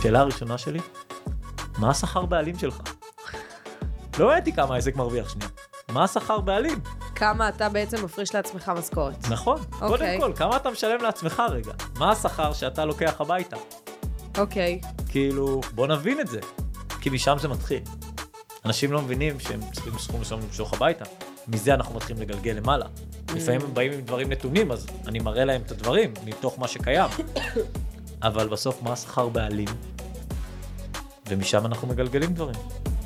השאלה הראשונה שלי, מה השכר בעלים שלך? לא ראיתי כמה העסק מרוויח שנייה. מה השכר בעלים? כמה אתה בעצם מפריש לעצמך משכורת. נכון. קודם כל, כמה אתה משלם לעצמך רגע? מה השכר שאתה לוקח הביתה? אוקיי. כאילו, בוא נבין את זה. כי משם זה מתחיל. אנשים לא מבינים שהם צריכים סכום מסוים למשוך הביתה. מזה אנחנו מתחילים לגלגל למעלה. לפעמים הם באים עם דברים נתונים, אז אני מראה להם את הדברים מתוך מה שקיים. אבל בסוף מה השכר בעלים? ומשם אנחנו מגלגלים דברים.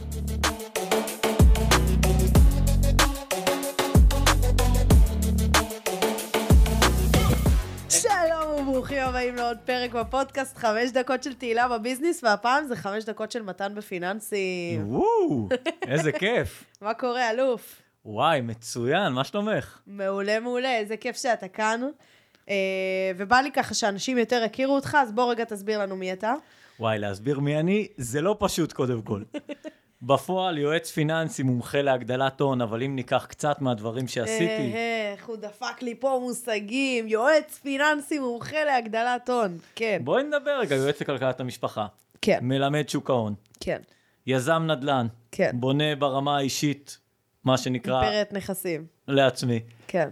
שלום וברוכים הבאים לעוד פרק בפודקאסט 5 דקות של תהילה בביזנס, והפעם זה 5 דקות של מתן בפיננסים. וואו, איזה כיף. מה קורה, אלוף? וואי, מצוין, מה שלומך? מעולה, מעולה, איזה כיף שאתה כאן. ובא לי ככה שאנשים יותר הכירו אותך, אז בוא רגע תסביר לנו מי אתה. וואי, להסביר מי אני, זה לא פשוט קודם כל. בפועל, יועץ פיננסי מומחה להגדלת הון, אבל אם ניקח קצת מהדברים שעשיתי... איך הוא דפק לי פה מושגים, יועץ פיננסי מומחה להגדלת הון, כן. בואי נדבר רגע, יועץ לכלכלת המשפחה. כן. מלמד שוק ההון. כן. יזם נדל"ן. כן. בונה ברמה האישית, מה שנקרא... פרט נכסים. לעצמי. כן.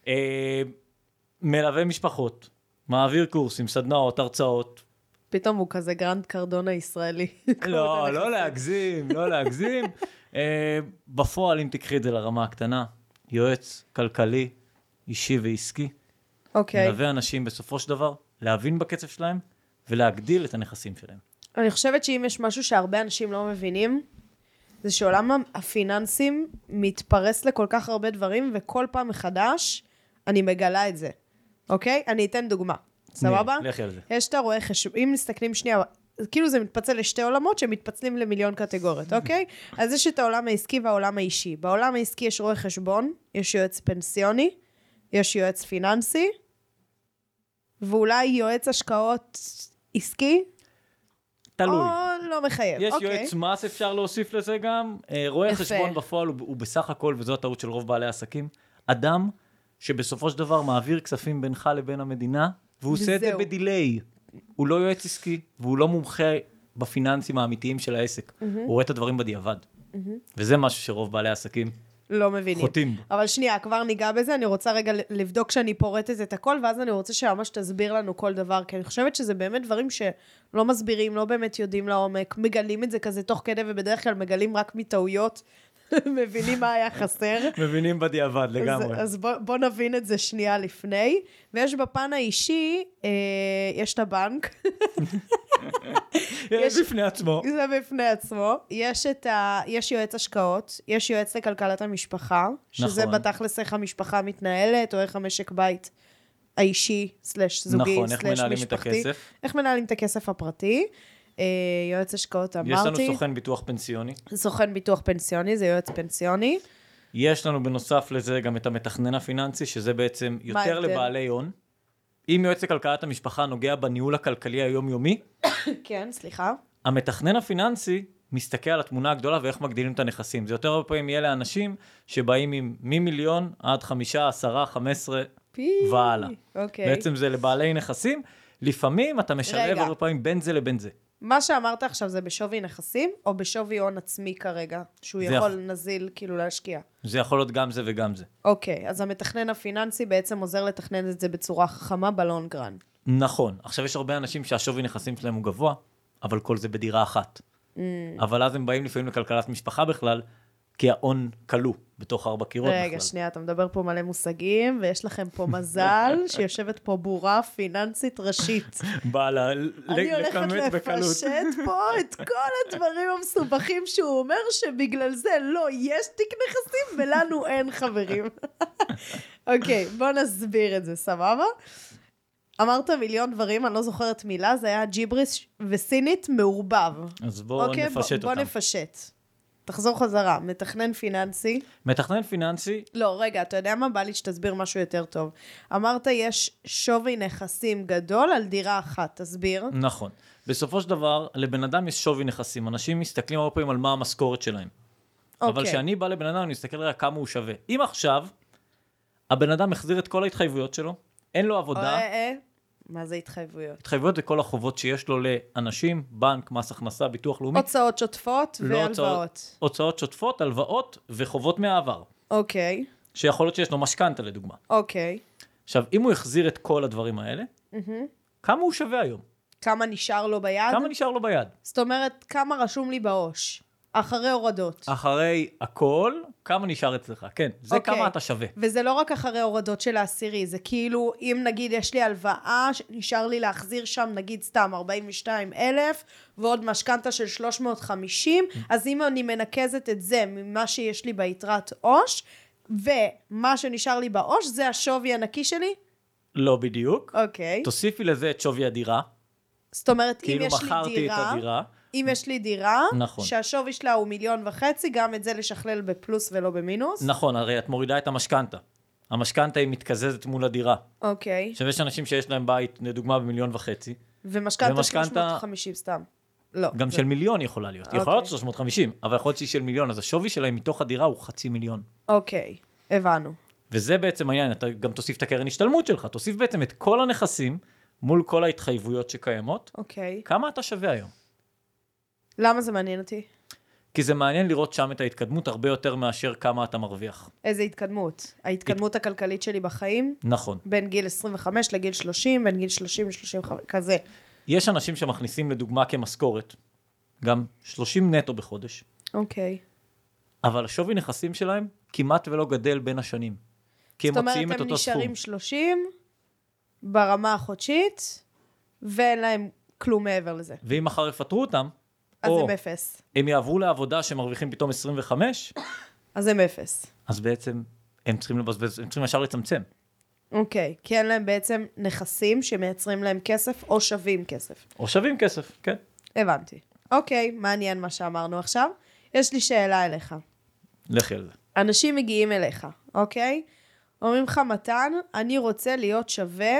מלווה משפחות. מעביר קורסים, סדנאות, הרצאות. פתאום הוא כזה גרנד קרדון הישראלי. לא להגזים, לא להגזים. בפועל, אם תקחי את זה לרמה הקטנה, יועץ כלכלי, אישי ועסקי. אוקיי. מלווה אנשים בסופו של דבר, להבין בקצב שלהם, ולהגדיל את הנכסים שלהם. אני חושבת שאם יש משהו שהרבה אנשים לא מבינים, זה שעולם הפיננסים מתפרס לכל כך הרבה דברים, וכל פעם מחדש אני מגלה את זה. אוקיי? אני אתן דוגמה. סבבה? לכי על זה. יש את הרואה חשבון, אם מסתכלים שנייה, כאילו זה מתפצל לשתי עולמות שמתפצלים למיליון קטגוריות, אוקיי? אז יש את העולם העסקי והעולם האישי. בעולם העסקי יש רואה חשבון, יש יועץ פנסיוני, יש יועץ פיננסי, ואולי יועץ השקעות עסקי, תלוי. או לא מחייב. יש אוקיי. יועץ מס, אפשר להוסיף לזה גם. רואה יפה. חשבון בפועל הוא בסך הכל, וזו הטעות של רוב בעלי העסקים, אדם שבסופו של דבר מעביר כספים בינך לבין המדינה, והוא עושה את זה בדיליי. הוא לא יועץ עסקי, והוא לא מומחה בפיננסים האמיתיים של העסק. הוא רואה את הדברים בדיעבד. וזה משהו שרוב בעלי העסקים לא מבינים. חוטאים. אבל שנייה, כבר ניגע בזה, אני רוצה רגע לבדוק שאני פורטת את הכל, ואז אני רוצה שממש תסביר לנו כל דבר, כי אני חושבת שזה באמת דברים שלא מסבירים, לא באמת יודעים לעומק, מגלים את זה כזה תוך כדי, ובדרך כלל מגלים רק מטעויות, מבינים מה היה חסר. מבינים בדיעבד לגמרי. אז בוא נבין את זה שנייה לפני, ויש בפן האישי, יש את הבנק. יש בפני עצמו. זה בפני עצמו. יש יועץ השקעות, יש יועץ לכלכלת המשפחה, שזה בתכלס איך המשפחה מתנהלת, או איך המשק בית האישי, /זוגי, נכון, איך מנהלים את הכסף. איך מנהלים את הכסף הפרטי. יועץ השקעות אמרתי. יש לנו סוכן ביטוח פנסיוני. סוכן ביטוח פנסיוני, זה יועץ פנסיוני. יש לנו בנוסף לזה גם את המתכנן הפיננסי, שזה בעצם יותר לבעלי הון. אם יועץ לכלכלת המשפחה נוגע בניהול הכלכלי היומיומי, כן, סליחה. המתכנן הפיננסי מסתכל על התמונה הגדולה ואיך מגדילים את הנכסים. זה יותר הרבה פעמים יהיה לאנשים שבאים עם ממיליון עד 5, 10, 15 והלאה. אוקיי. בעצם זה לבעלי נכסים. לפעמים אתה משלב הרבה פעמים בין זה לבין זה. מה שאמרת עכשיו זה בשווי נכסים, או בשווי הון עצמי כרגע, שהוא יכול נזיל כאילו להשקיע? זה יכול להיות גם זה וגם זה. אוקיי, אז המתכנן הפיננסי בעצם עוזר לתכנן את זה בצורה חכמה בלונגרן. נכון. עכשיו יש הרבה אנשים שהשווי נכסים שלהם הוא גבוה, אבל כל זה בדירה אחת. אבל אז הם באים לפעמים לכלכלת משפחה בכלל, כי ההון כלוא בתוך 4 קירות בכלל. רגע, שנייה, אתה מדבר פה מלא מושגים, ויש לכם פה מזל שיושבת פה בורה פיננסית ראשית. באה לכמת אני הולכת לפשט פה את כל הדברים המסובכים שהוא אומר שבגלל זה לא יש תיק נכסים ולנו אין חברים. אוקיי, בוא נסביר את זה, סבבה? אמרת מיליון דברים, אני לא זוכרת מילה, זה היה ג'יבריס וסינית מעורבב. אז בואו נפשט אותם. בוא נפשט. תחזור חזרה, מתכנן פיננסי. מתכנן פיננסי? לא, רגע, אתה יודע מה? בא לי שתסביר משהו יותר טוב. אמרת יש שווי נכסים גדול על דירה אחת, תסביר. נכון. בסופו של דבר, לבן אדם יש שווי נכסים. אנשים מסתכלים הרבה פעמים על מה המשכורת שלהם. אבל כשאני בא לבן אדם, אני מסתכל רגע כמה הוא שווה. אם עכשיו, הבן אדם מחזיר את כל ההתחייבויות שלו, אין לו עבודה. מה זה התחייבויות? התחייבויות זה כל החובות שיש לו לאנשים, בנק, מס הכנסה, ביטוח לאומי. הוצאות שוטפות והלוואות. הוצאות שוטפות, הלוואות וחובות מהעבר. אוקיי. שיכול להיות שיש לו משכנתה לדוגמה. אוקיי. עכשיו, אם הוא יחזיר את כל הדברים האלה, כמה הוא שווה היום? כמה נשאר לו ביד? כמה נשאר לו ביד? זאת אומרת, כמה רשום לי בעו"ש? אחרי הורדות. אחרי הכל, כמה נשאר אצלך? כן, זה כמה אתה שווה. וזה לא רק אחרי הורדות של העשירי, זה כאילו, אם נגיד יש לי הלוואה, נשאר לי להחזיר שם, נגיד סתם 42,000, ועוד משכנתה של 350, אז אם אני מנקזת את זה ממה שיש לי ביתרת עו"ש, ומה שנשאר לי בעו"ש, זה השווי הנקי שלי? לא בדיוק. אוקיי. תוסיפי לזה את שווי הדירה. זאת אומרת, אם כאילו יש לי מכרתי את הדירה. אם יש לי דירה, נכון. שהשווי שלה הוא 1.5 מיליון, גם את זה לשכלל בפלוס ולא במינוס. נכון, הרי את מורידה את המשכנתה. המשכנתה היא מתקזזת מול הדירה. אוקיי. עכשיו יש אנשים שיש להם בית, לדוגמה, ב1.5 מיליון. ומשכנתה 350 סתם. לא. גם של מיליון יכולה להיות. היא יכולה להיות 350, אבל יכול להיות שהיא של מיליון, אז השווי שלהם מתוך הדירה הוא 500,000. אוקיי, הבנו. וזה בעצם העניין, אתה גם תוסיף את הקרן השתלמות שלך, תוסיף בעצם את כל הנכסים מול כל ההתחייבויות שקיימות. אוקיי. כמה אתה שווה היום? למה זה מעניין אותי? כי זה מעניין לראות שם את ההתקדמות הרבה יותר מאשר כמה אתה מרוויח. איזה התקדמות? ההתקדמות הכלכלית שלי בחיים? נכון. בין גיל 25 לגיל 30, בין גיל 30 ל-35, כזה. יש אנשים שמכניסים לדוגמה כמשכורת, גם 30 נטו בחודש. אוקיי. אבל השווי נכסים שלהם כמעט ולא גדל בין השנים. כי הם מוציאים את אותו סכום. זאת אומרת, הם נשארים 30 ברמה החודשית, ואין להם כלום מעבר לזה. ואם מחר יפטרו אותם, אז הם אפס. הם יעברו לעבודה שמרוויחים פתאום 25, אז הם אפס. אז בעצם הם צריכים לבזבז, הם צריכים ישר לצמצם. אוקיי, כי אין להם בעצם נכסים שמייצרים להם כסף או שווים כסף. או שווים כסף, כן. הבנתי. אוקיי, מעניין מה שאמרנו עכשיו. יש לי שאלה אליך. לכי על זה. אנשים מגיעים אליך, אוקיי? אומרים לך, מתן, אני רוצה להיות שווה.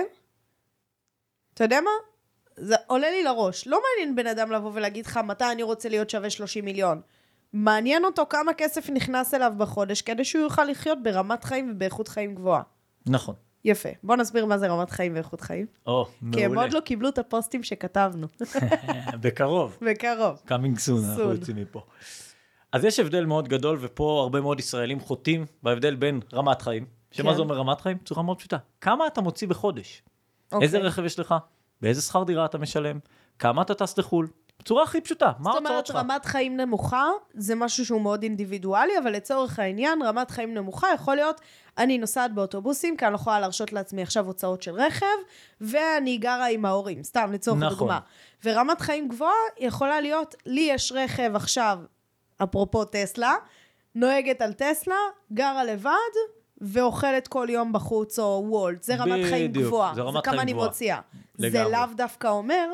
אתה יודע מה? זה עולה לי לראש. לא מעניין בן אדם לבוא ולהגיד לך, מתן, אני רוצה להיות שווה 30 מיליון. מעניין אותו כמה כסף נכנס אליו בחודש, כדי שהוא יוכל לחיות ברמת חיים ובאיכות חיים גבוהה. נכון. יפה. בוא נסביר מה זה רמת חיים ואיכות חיים. מעולה. כי הם עוד לא קיבלו את הפוסטים שכתבנו. בקרוב. בקרוב. coming soon, אנחנו יוצאים מפה. אז יש הבדל מאוד גדול, ופה הרבה מאוד ישראלים חוטאים בהבדל בין רמת חיים. שמה זה אומר רמת חיים? צורה מאוד פשוטה. כמה אתה מוציא בחודש? איזה רכב יש לך? באיזה שכר דירה אתה משלם? כמה אתה טס לחול? בצורה הכי פשוטה. מה ההוצאות שלך? זאת אומרת, רמת חיים נמוכה, זה משהו שהוא מאוד אינדיבידואלי, אבל לצורך העניין, רמת חיים נמוכה יכול להיות, אני נוסעת באוטובוסים, כי אני לא יכולה להרשות לעצמי עכשיו הוצאות של רכב, ואני גרה עם ההורים, סתם לצורך דוגמה. ורמת חיים גבוהה יכולה להיות, לי יש רכב עכשיו, אפרופו טסלה, נוהגת על טסלה, גרה לבד, ואוכלת כל יום בחוץ או וולט. זה רמת חיים גבוהה. זה כמה אני מוציאה. זה לאו דווקא אומר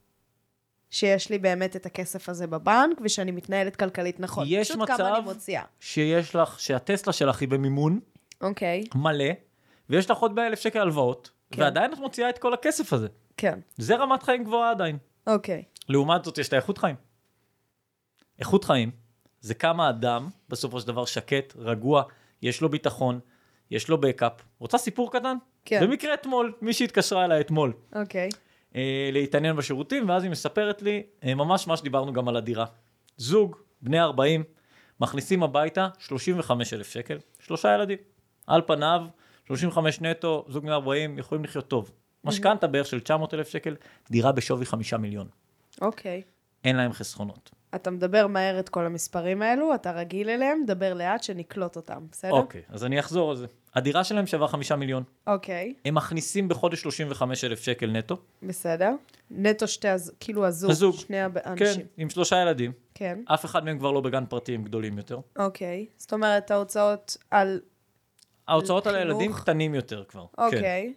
שיש לי באמת את הכסף הזה בבנק, ושאני מתנהלת כלכלית נכון. יש מצב שיש לך, שהטסלה שלך היא במימון, מלא, ויש לך עוד 100,000 שקל הלוואות, ועדיין את מוציאה את כל הכסף הזה. כן. זה רמת חיים גבוהה עדיין. אוקיי. לעומת זאת יש את האיכות חיים. איכות חיים זה כמה אדם, בסופו של דבר שקט, רגוע, יש לו ביטחון, יש לו בקאפ. רוצה סיפור קטן? כן. במקרה אתמול, מישהי התקשרה אליי אתמול. אוקיי. להתעניין בשירותים, ואז היא מספרת לי, ממש דיברנו גם על הדירה. זוג, בני 40, מכניסים הביתה 35,000 שקל, 3 ילדים. על פניו, 35 נטו, זוג בני 40, יכולים לחיות טוב. משכנתה בערך של 900,000 שקל, דירה בשווי 5 מיליון. אוקיי. אין להם חסכונות. אתה מדבר מהר את כל המספרים האלו, אתה רגיל אליהם, דבר לאט שנקלוט אותם, בסדר? אוקיי, אז אני אחזור על זה. הדירה שלהם שווה 5 מיליון. אוקיי. הם מכניסים בחודש 35,000 שקל נטו. בסדר. נטו כאילו הזוג. שני האנשים. כן, עם 3 ילדים. כן. אף אחד מהם כבר לא בגן פרטי, הם גדולים יותר. אוקיי. זאת אומרת, ההוצאות על... ההוצאות על הילדים קטנים יותר כבר. אוקיי.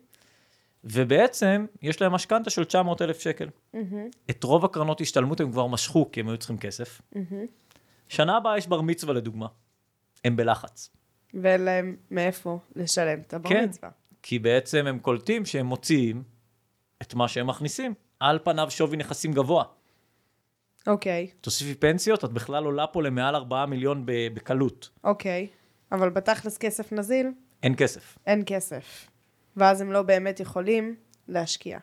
ובעצם יש להם משכנתה של 900,000 שקל. את רוב הקרנות השתלמות הם כבר משכו, כי הם היו צריכים כסף. שנה הבאה יש בר מצווה לדוגמה. הם בלחץ. ואין להם מאיפה לשלם את הבר מצווה. כי בעצם הם קולטים שהם מוציאים את מה שהם מכניסים. על פניו שווי נכסים גבוה. אוקיי. תוסיפי פנסיות, את בכלל עולה פה למעל 4 מיליון בקלות. אוקיי. אבל בתכלס כסף נזיל? אין כסף. אין כסף. ואז הם לא באמת יכולים להשקיע.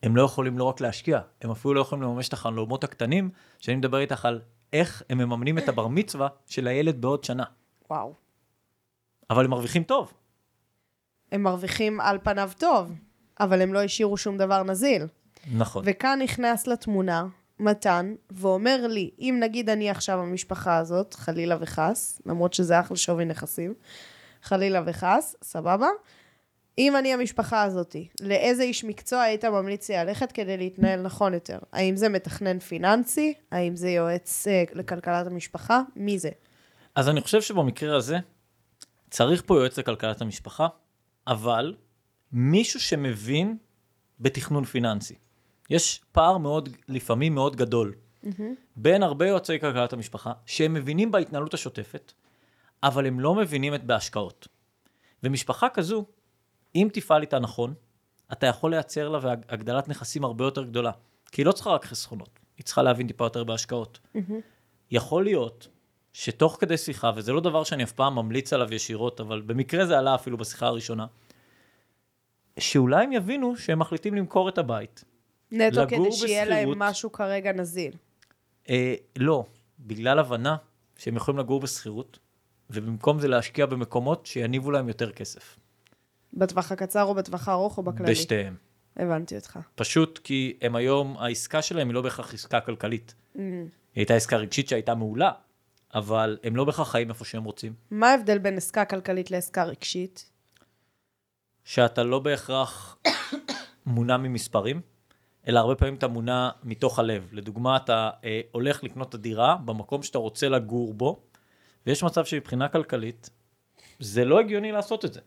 הם לא יכולים לא רק להשקיע, הם אפילו לא יכולים לממש את החלומות הקטנים, שאני מדבר איתך על איך הם מממנים את הבר מצווה של הילד בעוד שנה. וואו. אבל הם מרוויחים טוב. הם מרוויחים על פניו טוב, אבל הם לא השאירו שום דבר נזיל. נכון. וכאן נכנס לתמונה מתן, ואומר לי, אם נגיד אני עכשיו המשפחה הזאת, חלילה וחס, למרות שזה אחלה שווי נכסים, חלילה וחס, סבבה? אם אני המשפחה הזאת, לאיזה איש מקצוע היית ממליץ לי ללכת כדי להתנהל נכון יותר? האם זה מתכנן פיננסי? האם זה יועץ לכלכלת המשפחה? מי זה? אז אני חושב שבמקרה הזה, צריך פה יועץ לכלכלת המשפחה, אבל מישהו שמבין בתכנון פיננסי. יש פער מאוד, לפעמים מאוד גדול, בין הרבה יועצי כלכלת המשפחה, שהם מבינים בהתנהלות השוטפת, אבל הם לא מבינים את בהשקעות. ומשפחה כזו, אם תפעל איתה נכון, אתה יכול לייצר לה והגדלת נכסים הרבה יותר גדולה. כי היא לא צריכה רק חסכונות, היא צריכה להבין טיפה יותר בהשקעות. יכול להיות שתוך כדי שיחה, וזה לא דבר שאני אף פעם ממליץ עליו ישירות, אבל במקרה זה עלה אפילו בשיחה הראשונה, שאולי הם יבינו שהם מחליטים למכור את הבית. נטו כדי שיהיה להם משהו כרגע נזיל. לא, בגלל הבנה שהם יכולים לגור בסחירות, ובמקום זה להשקיע במקומות שיניבו להם יותר כסף. בטווח הקצר או בטווח הארוך או בכללי? בשתיהם. הבנתי אותך. פשוט כי הם היום, העסקה שלהם היא לא בהכרח עסקה כלכלית. היא הייתה עסקה רגשית שהייתה מעולה, אבל הם לא בהכרח חיים איפה שהם רוצים. מה ההבדל בין עסקה כלכלית לעסקה רגשית? שאתה לא בהכרח מונע ממספרים, אלא הרבה פעמים אתה מונע מתוך הלב. לדוגמה, אתה הולך לקנות את הדירה במקום שאתה רוצה לגור בו, ויש מצב שמבחינה כלכלית, זה לא הגיוני לעשות את זה.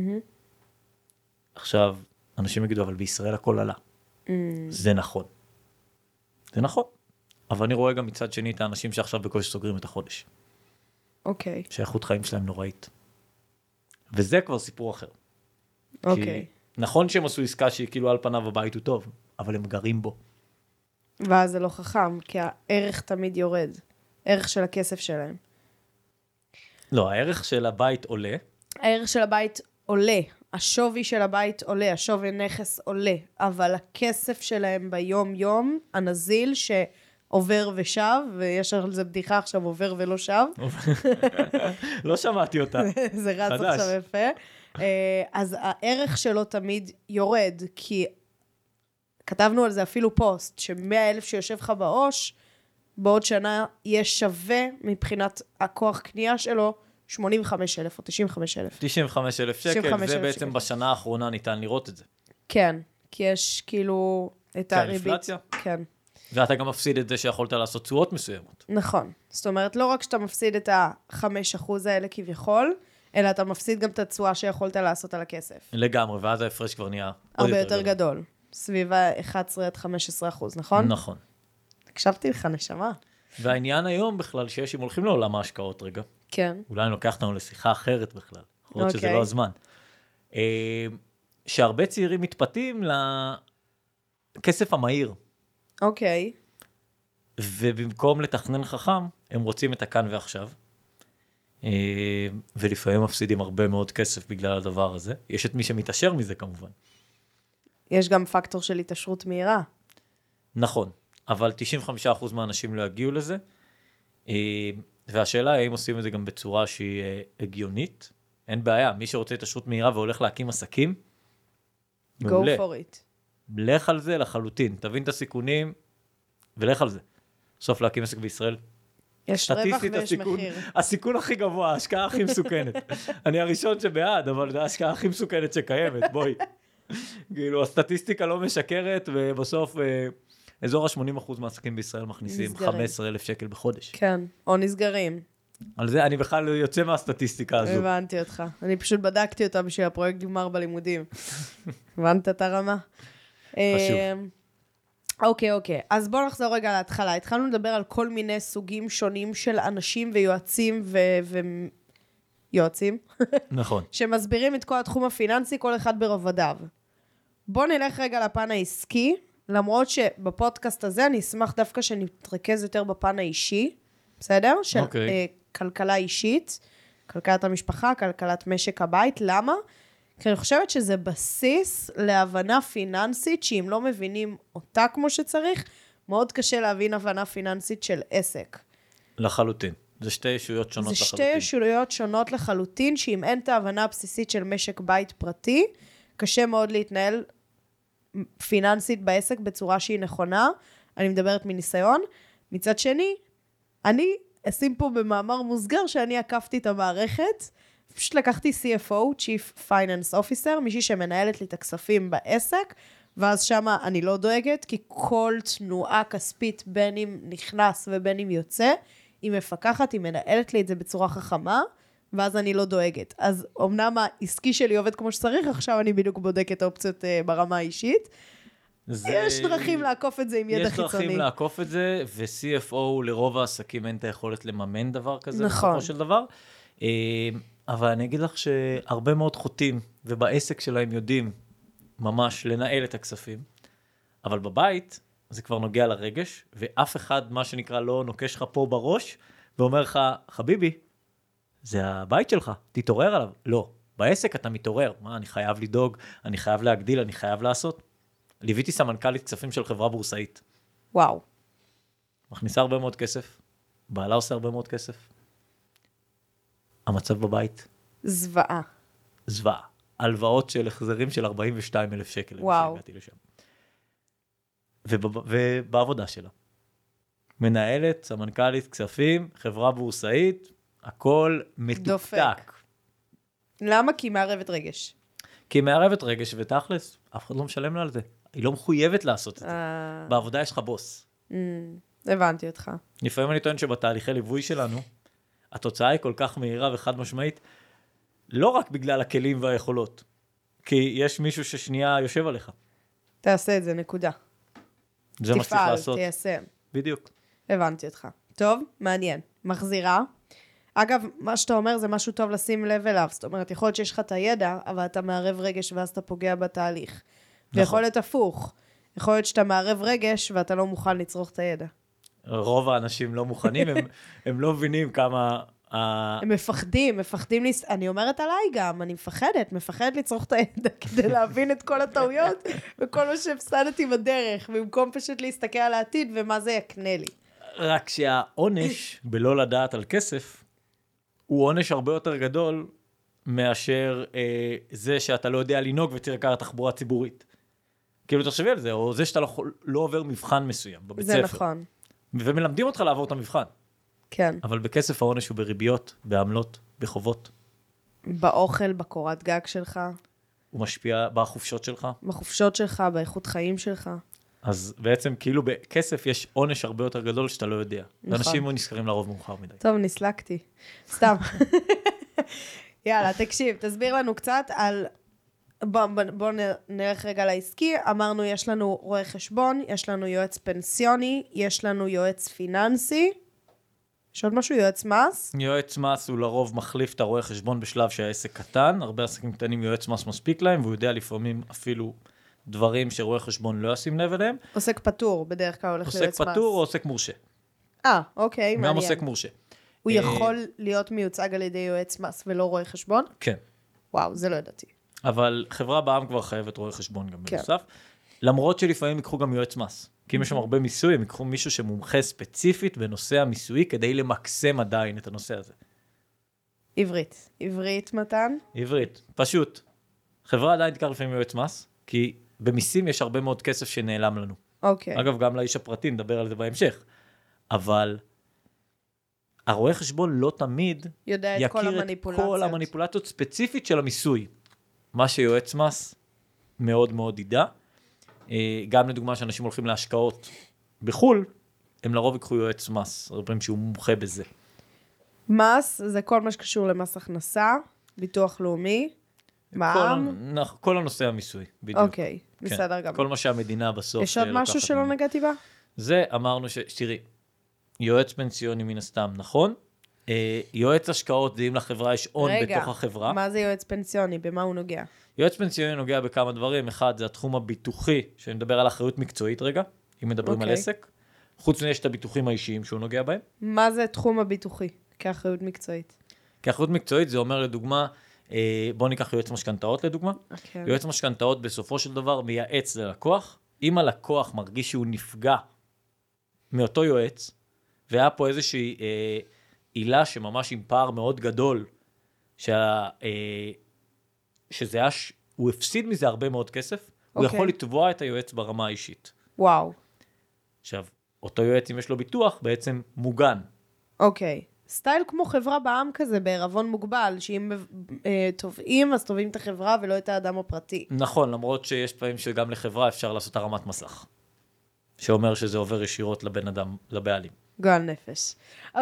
עכשיו, אנשים יגידו, אבל בישראל הכל עלה. זה נכון. זה נכון. אבל אני רואה גם מצד שני את האנשים שעכשיו בקושי סוגרים את החודש. אוקיי. שהאיכות חיים שלהם נוראית. וזה כבר סיפור אחר. אוקיי. נכון שהם עשו עסקה שהיא כאילו על פניו הבית הוא טוב, אבל הם גרים בו. ואז זה לא חכם, כי הערך תמיד יורד. ערך של הכסף שלהם. לא, הערך של הבית עולה. הערך של הבית עולה. השווי של הבית עולה, השווי נכס עולה. אבל הכסף שלהם ביום-יום, הנזיל שעובר ושב, ויש על זה בדיחה עכשיו עובר ולא שב. לא שמעתי אותה. זה רץ עכשיו יפה. אז הערך שלו תמיד יורד, כי כתבנו על זה אפילו פוסט, ש100,000 שיושב לך בעו"ש, בעוד שנה יש שווה מבחינת הכוח קנייה שלו, 85,000 או 95,000. 95,000 שקל, זה בעצם בשנה האחרונה ניתן לראות את זה. כן, כי יש כאילו את הריבית. אינפלציה. כן. ואתה גם מפסיד את זה שיכולת לעשות תשואות מסוימות. נכון. זאת אומרת, לא רק שאתה מפסיד את ה5% האלה כביכול, אלא אתה מפסיד גם את התשואה שיכולת לעשות על הכסף. לגמרי, ואז ההפרש כבר נהיה הרבה יותר גדול. סביב ה-11-15%, נכון? נכון. הקשבתי לך, נשמה. והעניין היום בכלל שיש, אם הולכים לעולם ההשקעות רגע, כן. אולי אני לוקח אותנו לשיחה אחרת בכלל, יכול להיות שזה לא הזמן, שהרבה צעירים מתפתים לכסף המהיר. אוקיי. ובמקום לתכנן חכם, הם רוצים את הכאן ועכשיו, ולפעמים מפסידים הרבה מאוד כסף בגלל הדבר הזה. יש את מי שמתעשר מזה כמובן. יש גם פקטור של התעשרות מהירה. נכון, אבל 95% מהאנשים לא יגיעו לזה, והשאלה היא האם עושים את זה גם בצורה שהיא הגיונית. אין בעיה, מי שרוצה התעשרות מהירה והולך להקים עסקים, מעולה. Go for it. לך על זה לחלוטין, תבין את הסיכונים ולך על זה. בסוף להקים עסק בישראל, יש רווח ויש מחיר. הסיכון הכי גבוה, ההשקעה הכי מסוכנת. אני הראשון שבעד, אבל זה ההשקעה הכי מסוכנת שקיימת, בואי. כאילו, הסטטיסטיקה לא משקרת, ובסוף אזור ה-80% מהעסקים בישראל מכניסים 15,000 שקל בחודש. כן, או נסגרים. על זה אני בכלל יוצא מהסטטיסטיקה הזו. הבנתי אותך. אני פשוט בדקתי אותה בשביל הפרויקט גמר בלימודים. הבנת את הרמה? חשוב. אוקיי. אז בואו נחזור רגע להתחלה. התחלנו לדבר על כל מיני סוגים שונים של אנשים ויועצים יועצים. נכון. שמסבירים את כל התחום הפיננסי, כל אחד ברובדיו. בואו נלך רגע לפן העסקי, למרות שבפודקאסט הזה אני אשמח דווקא שנתרכז יותר בפן האישי, בסדר? של כלכלה אישית, כלכלת המשפחה, כלכלת משק הבית. למה? כי אני חושבת שזה בסיס להבנה פיננסית, שאם לא מבינים אותה כמו שצריך, מאוד קשה להבין הבנה פיננסית של עסק. לחלוטין. זה שתי ישויות שונות לחלוטין. זה שתי ישויות שונות לחלוטין, שאם אין את ההבנה הבסיסית של משק בית פרטי, קשה מאוד להתנהל פיננסית בעסק בצורה שהיא נכונה. אני מדברת מניסיון. מצד שני, אני אשים פה במאמר מוסגר שאני עקפתי את המערכת, פשוט לקחתי CFO, Chief Finance Officer, מישהי שמנהלת לי את הכספים בעסק, ואז שמה אני לא דואגת, כי כל תנועה כספית בין אם נכנס ובין אם יוצא, היא מפקחת, היא מנהלת לי את זה בצורה חכמה, ואז אני לא דואגת. אז אמנם העסקי שלי עובד כמו שצריך, עכשיו אני בדיוק בודקת אופציות ברמה האישית. יש דרכים לעקוף את זה עם ידע חיצוני. יש דרכים לעקוף את זה, ו-CFO לרוב העסקים אין את היכולת לממן דבר כזה, נכון. בסופו של דבר. אבל אני אגיד לך שהרבה מאוד חוטאים, ובעסק שלהם יודעים ממש לנהל את הכספים, אבל בבית זה כבר נוגע לרגש, ואף אחד, מה שנקרא, לא נוקש לך פה בראש, ואומר לך, חביבי, זה הבית שלך, תתעורר עליו. לא, בעסק אתה מתעורר. מה, אני חייב לדאוג, אני חייב להגדיל, אני חייב לעשות. ליוויתי סמנכ"לית כספים של חברה בורסאית. וואו. מכניסה הרבה מאוד כסף, בעלה עושה הרבה מאוד כסף. המצב בבית. זוועה. זוועה. הלוואות של החזרים של 42,000 שקל. וואו. שהגעתי לשם. ובעבודה שלה. מנהלת, סמנכ"לית כספים, חברה בורסאית, הכל מתוקתק. דופק. למה? כי היא מערבת רגש. כי היא מערבת רגש, ותכלס, אף אחד לא משלם לה על זה. היא לא מחויבת לעשות את זה. בעבודה יש לך בוס. הבנתי אותך. לפעמים אני טוען שבתהליכי ליווי שלנו, התוצאה היא כל כך מהירה וחד משמעית, לא רק בגלל הכלים והיכולות, כי יש מישהו ששנייה יושב עליך. תעשה את זה, נקודה. זה מה שצריך לעשות. תפעל, תיישם. בדיוק. הבנתי אותך. טוב, מעניין. מחזירה. אגב, מה שאתה אומר זה משהו טוב לשים לב אליו. זאת אומרת, יכול להיות שיש לך את הידע, אבל אתה מערב רגש ואז אתה פוגע בתהליך. נכון. ויכול להיות הפוך. יכול להיות שאתה מערב רגש ואתה לא מוכן לצרוך את הידע. רוב האנשים לא מוכנים, הם לא מבינים כמה... הם מפחדים, אני אומרת עליי גם, אני מפחדת לצרוך את הידע כדי להבין את כל הטעויות וכל מה שהפסדתי בדרך, במקום פשוט להסתכל על העתיד ומה זה יקנה לי. רק שהעונש בלא לדעת על כסף, הוא עונש הרבה יותר גדול מאשר זה שאתה לא יודע לנהוג ותרקע תחבורה ציבורית. כאילו תחשבי על זה, או זה שאתה לא עובר מבחן מסוים בבית ספר. זה נכון. ומלמדים אותך לעבור את המבחן. כן. אבל בכסף העונש הוא בריביות, בעמלות, בחובות. באוכל, בקורת גג שלך. הוא משפיע בחופשות שלך. בחופשות שלך, באיכות חיים שלך. אז בעצם כאילו בכסף יש עונש הרבה יותר גדול שאתה לא יודע. נכון. ואנשים נזכרים לרוב מאוחר מדי. טוב, נסלקתי. סתם. יאללה, תקשיב, תסביר לנו קצת על... בוא נלך רגע לעסקי. אמרנו, יש לנו רואה חשבון, יש לנו יועץ פנסיוני, יש לנו יועץ פיננסי. יש עוד משהו? יועץ מס? יועץ מס הוא לרוב מחליף את הרואה חשבון בשלב שהעסק קטן. הרבה עסקים קטנים יועץ מס מספיק להם, והוא יודע לפעמים אפילו דברים שרואה חשבון לא ישים לב אליהם. עוסק פטור, בדרך כלל הולך ליועץ מס. עוסק פטור או עוסק מורשה. אוקיי, מעניין. גם עוסק מורשה. הוא יכול להיות מיוצג על ידי יועץ מס ולא רואה חשבון? כן. וואו, זה לא ידעתי. אבל חברה בעם כבר חייבת רואה חשבון גם בנוסף. למרות שלפעמים יקחו גם יועץ מס. כי אם יש שם הרבה מיסוי, הם יקחו מישהו שמומחה ספציפית בנושא המיסוי, כדי למקסם עדיין את הנושא הזה. עברית, מתן? עברית, פשוט. חברה עדיין תיקח לפעמים יועץ מס, כי במיסים יש הרבה מאוד כסף שנעלם לנו. אוקיי. אגב, גם לאיש הפרטי, נדבר על זה בהמשך. אבל הרואה חשבון לא תמיד יכיר את כל המניפולציות ספציפית של המיסוי. מה שיועץ מס מאוד מאוד ידע. גם לדוגמה שאנשים הולכים להשקעות בחול, הם לרוב יקחו יועץ מס, הרבה פעמים שהוא מומחה בזה. מס זה כל מה שקשור למס הכנסה, ביטוח לאומי, מע"מ. כל הנושא המיסוי, בדיוק. אוקיי, בסדר גם. כל מה שהמדינה בסוף... יש עוד משהו שלא נגעתי בה? זה אמרנו תראי, יועץ פנסיוני מן הסתם, נכון? יועץ השקעות זה אם לחברה יש הון בתוך החברה. רגע, מה זה יועץ פנסיוני? במה הוא נוגע? יועץ פנסיוני נוגע בכמה דברים. אחד, זה התחום הביטוחי, שנדבר על אחריות מקצועית רגע, אם מדברים על עסק. חוץ מזה יש את הביטוחים האישיים שהוא נוגע בהם. מה זה תחום הביטוחי כאחריות מקצועית? כאחריות מקצועית זה אומר לדוגמה, בוא ניקח יועץ משכנתאות לדוגמה. אוקיי. יועץ משכנתאות בסופו של דבר מייעץ ללקוח, אם הלקוח מרגיש שהוא נפגע מאותו יועץ, והיה פה איזושהי עילה שממש עם פער מאוד גדול, הוא הפסיד מזה הרבה מאוד כסף, הוא יכול לתבוע את היועץ ברמה האישית. וואו. עכשיו, אותו יועץ, אם יש לו ביטוח, בעצם מוגן. אוקיי. סטייל כמו חברה בעם כזה, בערבון מוגבל, שאם תובעים, אז תובעים את החברה ולא את האדם הפרטי. נכון, למרות שיש פעמים שגם לחברה אפשר לעשות הרמת מסך, שאומר שזה עובר ישירות לבן אדם, לבעלים. גועל נפש.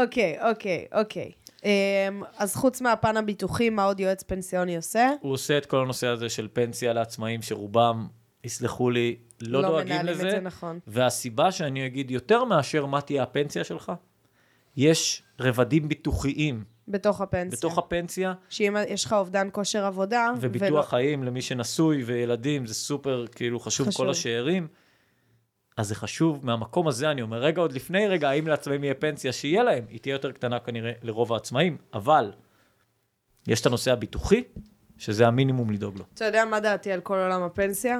אוקיי. אז חוץ מהפן הביטוחי, מה עוד יועץ פנסיוני עושה? הוא עושה את כל הנושא הזה של פנסיה לעצמאים, שרובם, יסלחו לי, לא דואגים לזה. לא מנהלים את זה נכון. והסיבה שאני אגיד יותר מאשר מה תהיה הפנסיה שלך, יש רבדים ביטוחיים. בתוך הפנסיה. שאם יש לך אובדן כושר עבודה. וביטוח חיים למי שנשוי וילדים, זה סופר, כאילו חשוב כל השארים. אז זה חשוב, מהמקום הזה אני אומר, רגע עוד לפני רגע, האם לעצמאים יהיה פנסיה שיהיה להם, היא תהיה יותר קטנה כנראה לרוב העצמאים, אבל יש את הנושא הביטוחי, שזה המינימום לדאוג לו. אתה יודע מה דעתי על כל עולם הפנסיה?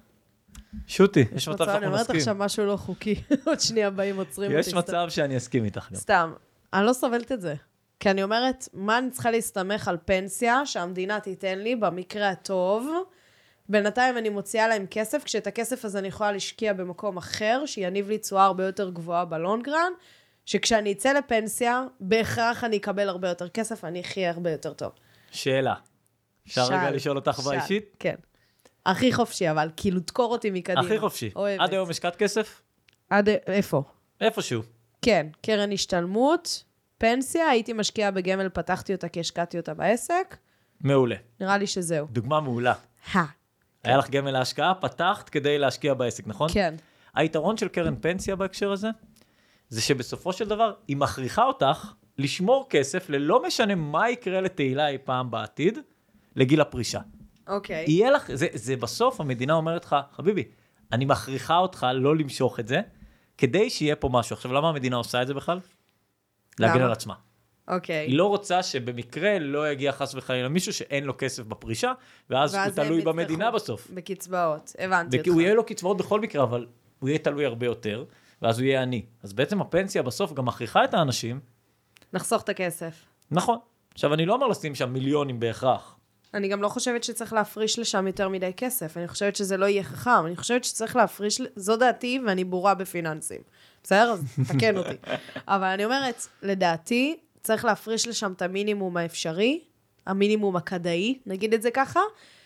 שוטי, יש מצב שאנחנו נסכים. אני אומרת עכשיו משהו לא חוקי, עוד שנייה באים עוצרים אותי. יש מצב שאני אסכים איתך גם. סתם, אני לא סובלת את זה. כי אני אומרת, מה אני צריכה להסתמך על פנסיה שהמדינה תיתן לי במקרה הטוב, בינתיים אני מוציאה להם כסף, כשאת הכסף הזה אני יכולה להשקיע במקום אחר, שיניב לי תשואה הרבה יותר גבוהה בלונגרן, שכשאני אצא לפנסיה, בהכרח אני אקבל הרבה יותר כסף, אני אחיה הרבה יותר טוב. שאלה. אפשר רגע לשאול אותך באישית? כן. הכי חופשי, אבל כאילו תקור אותי מקדימה. הכי חופשי. עד היום השקעת כסף? איפה? איפשהו. כן, קרן השתלמות, פנסיה, הייתי משקיעה בגמל, פתחתי אותה כי השקעתי אותה בעסק. מעולה. נראה לי שזהו. דוגמה מעולה. היה לך גמל להשקעה, פתחת כדי להשקיע בעסק, נכון? כן. היתרון של קרן פנסיה בהקשר הזה, זה שבסופו של דבר, היא מכריחה אותך לשמור כסף, ללא משנה מה יקרה לתהילה אי פעם בעתיד, לגיל הפרישה. אוקיי. יהיה לך, זה בסוף המדינה אומרת לך, חביבי, אני מכריחה אותך לא למשוך את זה, כדי שיהיה פה משהו. עכשיו, למה המדינה עושה את זה בכלל? להגן על עצמה. אוקיי. היא לא רוצה שבמקרה לא יגיע חס וחלילה מישהו שאין לו כסף בפרישה, ואז הוא תלוי במדינה בסוף. בקצבאות, הבנתי אותך. הוא יהיה לו קצבאות בכל מקרה, אבל הוא יהיה תלוי הרבה יותר, ואז הוא יהיה עני. אז בעצם הפנסיה בסוף גם מכריחה את האנשים. נחסוך את הכסף. נכון. עכשיו, אני לא אומר לשים שם מיליונים בהכרח. אני גם לא חושבת שצריך להפריש לשם יותר מדי כסף. אני חושבת שזה לא יהיה חכם. אני חושבת שצריך להפריש, זו דעתי, ואני בורה בפיננסים. בסדר? אז תקן אותי. אבל אני אומרת, לדעתי, צריך להפריש לשם את המינימום האפשרי, המינימום הכדאי, נגיד את זה ככה,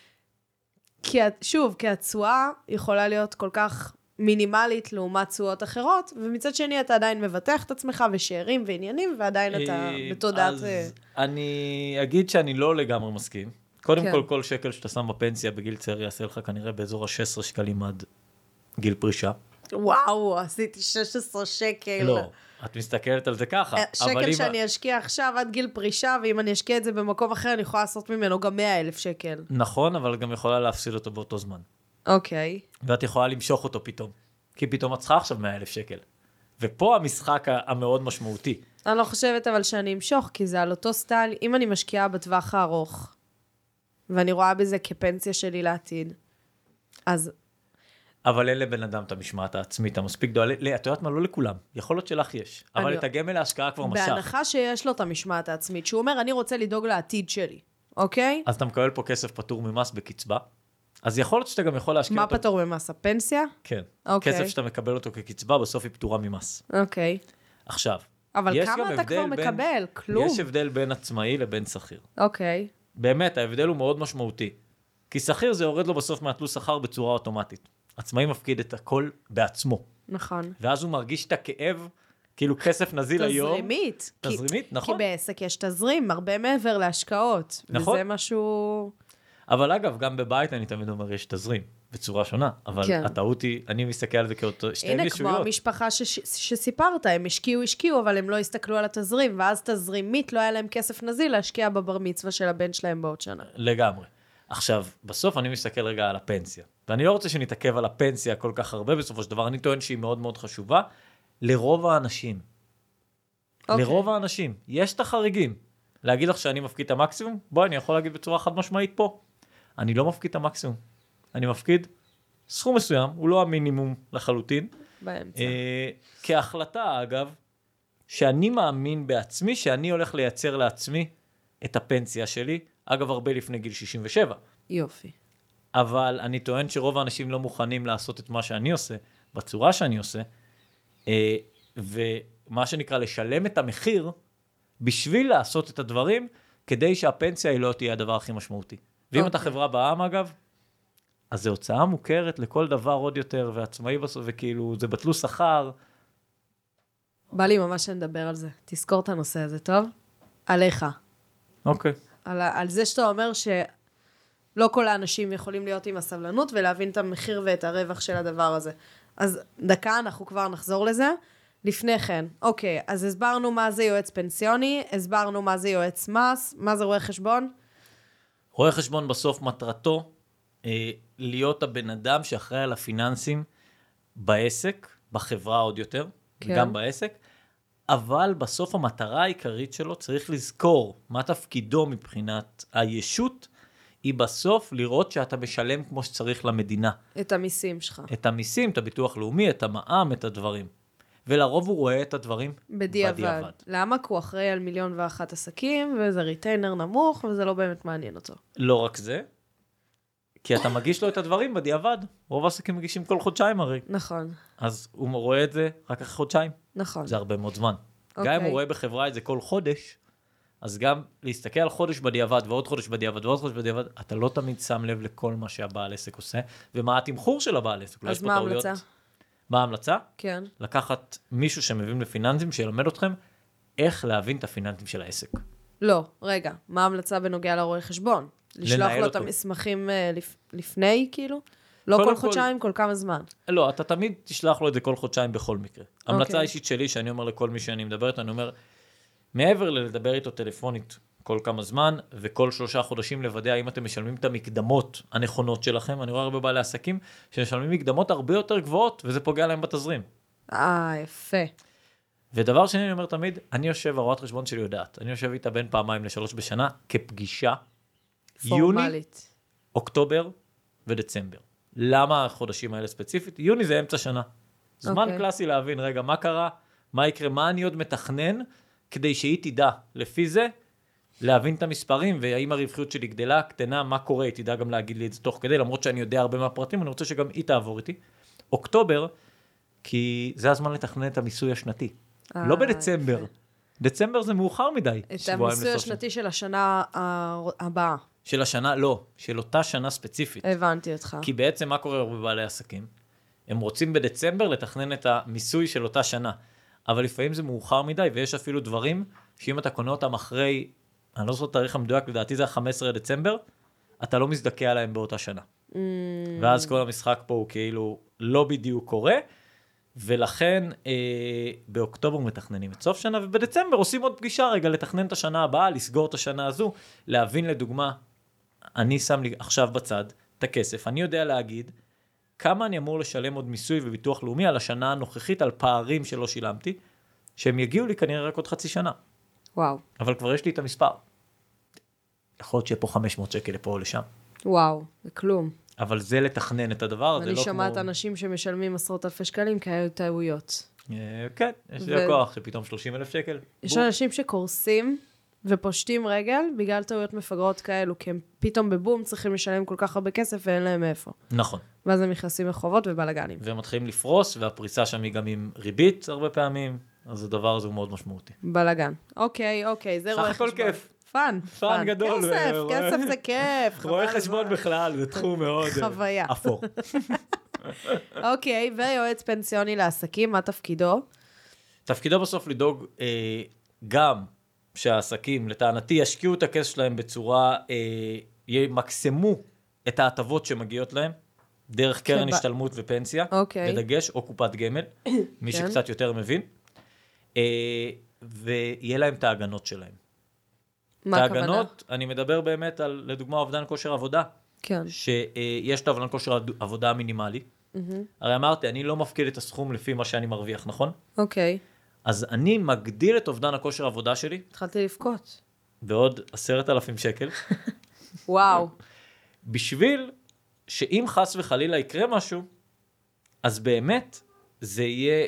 שוב, כי התשואה יכולה להיות כל כך מינימלית לעומת תשואות אחרות, ומצד שני אתה עדיין מבטח את עצמך ושארים ועניינים, ועדיין אתה בתודעת... אז אני אגיד שאני לא לגמרי מסכים. קודם כל שקל שאתה שם בפנסיה בגיל צעיר יעשה לך כנראה באזור ה-16 שקלים עד גיל פרישה. וואו, עשיתי 16 שקל. לא, את מסתכלת על זה ככה. שקל שאני אשקיע עכשיו עד גיל פרישה, ואם אני אשקיע את זה במקום אחר, אני יכולה לעשות ממנו גם 100,000 שקל. נכון, אבל גם יכולה להפסיד אותו באותו זמן. אוקיי. ואת יכולה למשוך אותו פתאום. כי פתאום את צריכה עכשיו 100,000 שקל. ופה המשחק המאוד משמעותי. אני לא חושבת אבל שאני אמשוך, כי זה על אותו סטייל, אם אני משקיעה בטווח הארוך, ואני רואה בזה כפנסיה שלי לעתיד, אז... אבל אין לבן אדם את המשמעת העצמית, המספיק גדולה, את יודעת מה? לא לכולם. יכול להיות שלך יש. אבל את הגמל להשקעה כבר משך. בהנחה שיש לו את המשמעת העצמית, שהוא אומר, אני רוצה לדאוג לעתיד שלי, אוקיי? אז אתה מקבל פה כסף פטור ממס בקצבה, אז יכול להיות שאתה גם יכול להשקיע אותו... מה פטור ממס? הפנסיה? כן. אוקיי. כסף שאתה מקבל אותו כקצבה, בסוף היא פטורה ממס. אוקיי. עכשיו, אבל כמה אתה כבר מקבל? כלום. יש הבדל בין עצמאי לבין שכיר. אוקיי. באמת, ההבדל הוא מאוד משמעותי. כי שכיר זה יורד לו בסוף מהתלוש שכר בצורה אוטומטית. עצמאי מפקיד את הכל בעצמו. נכון. ואז הוא מרגיש את הכאב, כאילו כסף נזיל היום. תזרימית. תזרימית, נכון. כי בעסק יש תזרים, הרבה מעבר להשקעות. נכון. וזה משהו... אבל אגב, גם בבית אני תמיד אומר, יש תזרים, בצורה שונה. אבל כן. הטעות היא, אני מסתכל על זה כאותו, שתיים ישויות. הנה, כמו המשפחה שסיפרת, הם השקיעו, אבל הם לא הסתכלו על התזרים, ואז תזרימית לא היה להם כסף נזיל להשקיע בבר מצווה של הבן שלהם בעוד שנה. לגמרי. עכשיו, בסוף אני מסתכל רגע על הפנסיה. ואני לא רוצה שנתעכב על הפנסיה כל כך הרבה, בסופו של דבר, אני טוען שהיא מאוד מאוד חשובה, לרוב האנשים. לרוב האנשים. יש את החריגים. להגיד לך שאני מפקיד את המקסימום? בואי, אני יכול להגיד בצורה חד משמעית פה. אני לא מפקיד את המקסימום. אני מפקיד סכום מסוים, הוא לא המינימום לחלוטין. באמצע. כהחלטה, אגב, שאני מאמין בעצמי, שאני הולך לייצר לעצמי את הפנסיה שלי, אגב, הרבה לפני גיל 67. יופי. אבל אני טוען שרוב האנשים לא מוכנים לעשות את מה שאני עושה, בצורה שאני עושה, ומה שנקרא לשלם את המחיר, בשביל לעשות את הדברים, כדי שהפנסיה היא לא תהיה הדבר הכי משמעותי. ואם אתה חברה בעם, אגב, אז זו הוצאה מוכרת לכל דבר עוד יותר, ועצמאי בסוף, וכאילו, זה בטלו שכר. בא לי ממש לדבר על זה. תזכור את הנושא הזה, טוב? עליך. אוקיי. על זה שאתה אומר שלא כל האנשים יכולים להיות עם הסבלנות, ולהבין את המחיר ואת הרווח של הדבר הזה. אז דקה, אנחנו כבר נחזור לזה. לפני כן, אוקיי, אז הסברנו מה זה יועץ פנסיוני, הסברנו מה זה יועץ מס, מה זה רואה חשבון? רואה חשבון בסוף מטרתו להיות הבן אדם שאחראי על הפיננסים בעסק, בחברה עוד יותר, כן. גם בעסק, אבל בסוף המטרה העיקרית שלו צריך לזכור מה תפקידו מבחינת הישות, היא בסוף לראות שאתה משלם כמו שצריך למדינה. את המיסים שלך. את המיסים, את הביטוח לאומי, את המע"מ, את הדברים. ולרוב הוא רואה את הדברים בדיעבד. למה? כי הוא אחראי על 1,000,001 עסקים, וזה ריטיינר נמוך, וזה לא באמת מעניין אותו. לא רק זה, כי אתה מגיש לו את הדברים בדיעבד. רוב העסקים מגישים כל חודשיים הרי. נכון. אז הוא רואה את זה רק אחרי חודשיים. נכון. זה הרבה מאוד זמן. אוקיי. גם אם הוא רואה בחברה את זה כל חודש, אז גם להסתכל על חודש בדיעבד, ועוד חודש בדיעבד, ועוד חודש בדיעבד, אתה לא תמיד שם לב לכל מה שהבעל עסק עושה, ומה התמחור של הבעל עסק. אז מה ההמלצה? מה ההמלצה? כן. לקחת מישהו שמבין בפיננסים, שילמד אתכם איך להבין את הפיננסים של העסק. לא, רגע, מה ההמלצה בנוגע לרואה חשבון? לשלוח לו את המסמכים לפני, כאילו? לא כל חודשיים, כל כמה זמן. לא, אתה תמיד תשלח לו את זה כל חודשיים בכל מקרה. המלצה אישית שלי, שאני אומר לכל מי שאני מדבר איתו, אני אומר, מעבר לדבר איתו טלפונית כל כמה זמן, וכל 3 חודשים לוודא האם אתם משלמים את המקדמות הנכונות שלכם, אני רואה הרבה בעלי עסקים שמשלמים מקדמות הרבה יותר גבוהות, וזה פוגע להם בתזרים. יפה. ודבר שני, אני אומר תמיד, אני יושב, הרואת חשבון שלי יודעת, אני יושב איתה בין 2-3 בשנה, כפגישה, פורמלית. יוני, אוקטובר ודצמבר. למה החודשים האלה ספציפית? יוני זה אמצע שנה. זמן קלאסי להבין, רגע, מה קרה, מה יקרה, מה אני עוד מתכנן, כדי שהיא תדע, לפי זה, להבין את המספרים, והאם הרווחיות שלי גדלה, קטנה, מה קורה, היא תדע גם להגיד לי את זה תוך כדי, למרות שאני יודע הרבה מהפרטים, אני רוצה שגם היא תעבור איתי. אוקטובר, כי זה הזמן לתכנן את המיסוי השנתי. לא בדצמבר. דצמבר זה מאוחר מדי. את המיסוי השנתי של השנה הבאה. של השנה, לא. של אותה שנה ספציפית. הבנתי אותך. כי בעצם מה קורה בבעלי עסקים? הם רוצים בדצמבר לתכנן את המיסוי של אותה שנה. אבל לפעמים זה מאוחר מדי, ויש אפילו דברים שאם אתה קונה אותם אחרי, אני לא זוכר את התאריך המדויק, לדעתי זה 15 דצמבר, אתה לא מזדכה עליהם באותה שנה. ואז כל המשחק פה הוא כאילו לא בדיוק קורה, ולכן באוקטובר מתכננים את סוף שנה, ובדצמבר עושים עוד פגישה רגע לתכנן את השנה הבאה, לסגור את השנה הזו, להבין לדוגמה, אני שם לי עכשיו בצד את הכסף, אני יודע להגיד כמה אני אמור לשלם עוד מיסוי וביטוח לאומי על השנה הנוכחית, על פערים שלא שילמתי, שהם יגיעו לי כנראה רק עוד חצי שנה. וואו. אבל כבר יש לי את המספר. יכול להיות שיהיה פה 500 שקל לפה או לשם. וואו, זה כלום. אבל זה לתכנן את הדבר הזה, לא כמו... אני שומעת אנשים שמשלמים 10,000 שקלים כאלה טעויות. כן, יש לי לקוח שפתאום 30,000 שקל. יש אנשים שקורסים ופושטים רגל בגלל טעויות מפגרות כאלו, כי הם פתאום בבום צריכים לשלם כל כך הרבה כסף ואין להם מאיפה. נכון. ואז הם נכנסים לחובות ובלגנים. והם מתחילים לפרוס, והפריסה שם היא גם עם ריבית הרבה פעמים, אז הדבר הזה הוא מאוד משמעותי. בלגן. אוקיי, זה רואה חשבון. הכל כיף. פן גדול. כסף זה כיף. רואה חשבון בכלל, זה תחום מאוד חוויה. אפור. אוקיי, ויועץ פנסיוני לעסקים, מה תפקידו? תפקידו בסוף לדאוג גם שהעסקים, לטענתי, ישקיעו את הכסף שלהם בצורה, ימקסמו את ההטבות שמגיעות להם, דרך קרן השתלמות ופנסיה, בדגש, או קופת גמל, מי שקצת יותר מבין, ויהיה להם את ההגנות שלהם. מה הכוונה? ההגנות, אני מדבר באמת על, לדוגמה, אובדן כושר עבודה. כן. שיש את אובדן כושר עבודה המינימלי. הרי אמרתי, אני לא מפקיד את הסכום לפי מה שאני מרוויח, נכון? אוקיי. אז אני מגדיל את אובדן הכושר עבודה שלי. התחלתי לבכות. ועוד 10,000 שקל, וואו. בשביל שאם חס וחלילה יקרה משהו, אז באמת זה יהיה,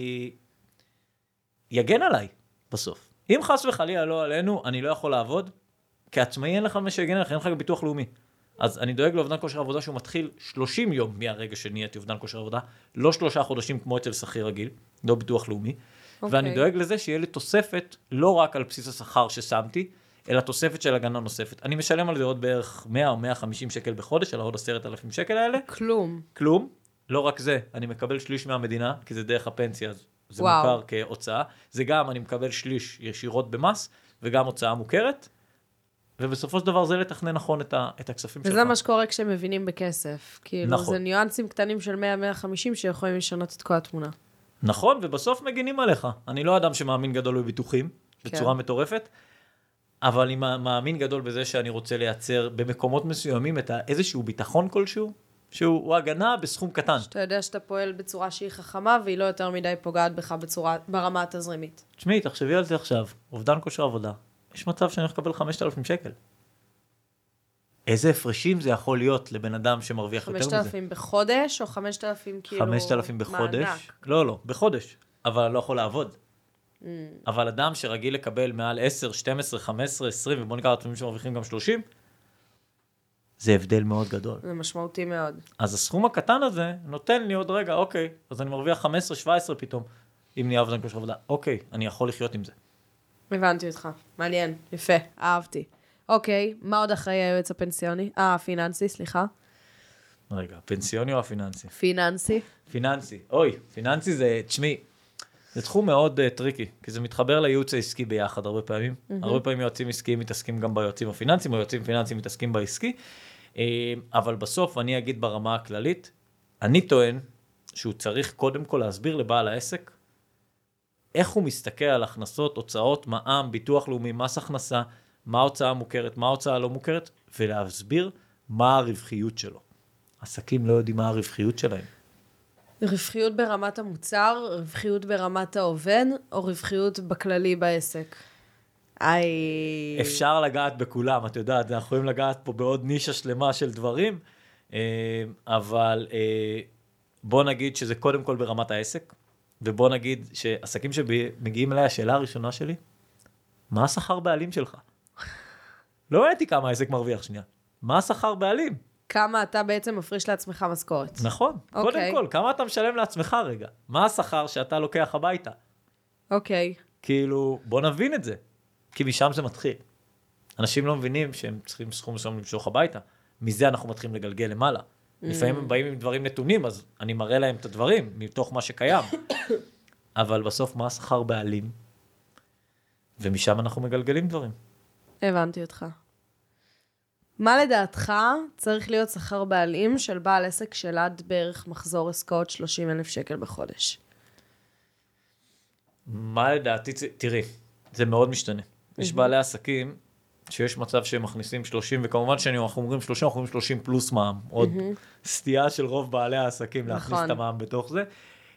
יגן עליי בסוף. אם חס וחלילה לא עלינו, אני לא יכול לעבוד, כעצמאי אין לך מה שיגן עליך, אין לך ביטוח לאומי. אז אני דואג לאובדן כושר עבודה שהוא מתחיל 30 יום מהרגע שנהייתי אובדן כושר עבודה, לא 3 חודשים כמו אצל שכיר רגיל, לא ביטוח לאומי, ואני דואג לזה שיהיה לי תוספת לא רק על בסיס השכר ששמתי, אלא תוספת של הגנה נוספת. אני משלם על זה עוד בערך 100 או 150 שקל בחודש, על עוד 10,000 שקל האלה. כלום. כלום. לא רק זה, אני מקבל שליש מהמדינה, כי זה דרך הפנסיה, אז זה וואו. מוכר כהוצאה. זה גם, אני מקבל שליש ישירות במס, וגם הוצאה מוכרת. ובסופו של דבר זה לתכנן נכון את הכספים שלך. וזה מה שקורה כשמבינים בכסף. כאילו, נכון. זה ניואנסים קטנים של 100-150 שיכולים לשנות את כל התמונה. נכון, ובסוף מגינים עליך. אני לא אדם שמאמין גדול בביטוחים, בצורה מטורפת, אבל אני מאמין גדול בזה שאני רוצה לייצר במקומות מסוימים את איזשהו ביטחון כלשהו, שהוא הגנה בסכום קטן. שאתה יודע שאתה פועל בצורה שהיא חכמה, והיא לא יותר מדי פוגעת בך ברמה התזרימית. תשמעי, תחשבי על זה עכשיו, אובדן כושר עבודה. יש מצב שאני הולך לקבל 5,000 שקל. איזה הפרשים זה יכול להיות לבן אדם שמרוויח יותר מזה? 5,000 בחודש, או 5,000 כאילו 5,000 בחודש? מענק? לא, בחודש. אבל אני לא יכול לעבוד. אבל אדם שרגיל לקבל מעל 10, 12, 15, 20, ובוא נקרא לתמימים שמרוויחים גם 30, זה הבדל מאוד גדול. זה משמעותי מאוד. אז הסכום הקטן הזה נותן לי עוד רגע, אוקיי, אז אני מרוויח 15, 17 פתאום, אם נהיה אובדן כושר עבודה. אוקיי, אני יכול לחיות עם זה. הבנתי אותך. מעניין. יפה. אהבתי. אוקיי, מה עוד אחרי היועץ הפנסיוני? הפיננסי, סליחה. רגע, פנסיוני או הפיננסי? פיננסי. פיננסי. אוי, פיננסי זה, תשמעי, זה תחום מאוד טריקי, כי זה מתחבר לייעוץ העסקי ביחד הרבה פעמים. הרבה פעמים יועצים עסקיים מתעסקים גם ביועצים הפיננסיים, או יועצים פיננסיים מתעסקים בעסקי, אבל בסוף אני אגיד ברמה הכללית, אני טוען שהוא צריך קודם כל להסביר לבעל העסק, איך הוא מסתכל על הכנסות, הוצאות, מע"מ, ביטוח לאומי, מס הכנסה, מה ההוצאה מוכרת, מה ההוצאה לא מוכרת, ולהסביר מה הרווחיות שלו. עסקים לא יודעים מה הרווחיות שלהם. רווחיות ברמת המוצר, רווחיות ברמת העובד, או רווחיות בכללי בעסק? אפשר לגעת בכולם, את יודעת, אנחנו יכולים לגעת פה בעוד נישה שלמה של דברים, אבל בוא נגיד שזה קודם כל ברמת העסק, ובוא נגיד שעסקים שמגיעים אליי, השאלה הראשונה שלי, מה השכר בעלים שלך? לא ראיתי כמה העסק מרוויח שנייה. מה השכר בעלים? כמה אתה בעצם מפריש לעצמך משכורת. נכון. קודם כל, כמה אתה משלם לעצמך רגע? מה השכר שאתה לוקח הביתה? אוקיי. כאילו, בוא נבין את זה. כי משם זה מתחיל. אנשים לא מבינים שהם צריכים סכום מסוים למשוך הביתה. מזה אנחנו מתחילים לגלגל למעלה. לפעמים הם באים עם דברים נתונים, אז אני מראה להם את הדברים מתוך מה שקיים. אבל בסוף, מה השכר בעלים? ומשם אנחנו מגלגלים דברים. הבנתי אותך. מה לדעתך צריך להיות שכר בעלים של בעל עסק של עד בערך מחזור עסקאות 30,000 שקל בחודש? מה לדעתי, תראי, זה מאוד משתנה. יש בעלי עסקים שיש מצב שהם מכניסים 30, וכמובן שאנחנו אומרים 30, אנחנו אומרים 30 פלוס מע"מ. עוד סטייה של רוב בעלי העסקים להכניס את המע"מ בתוך זה.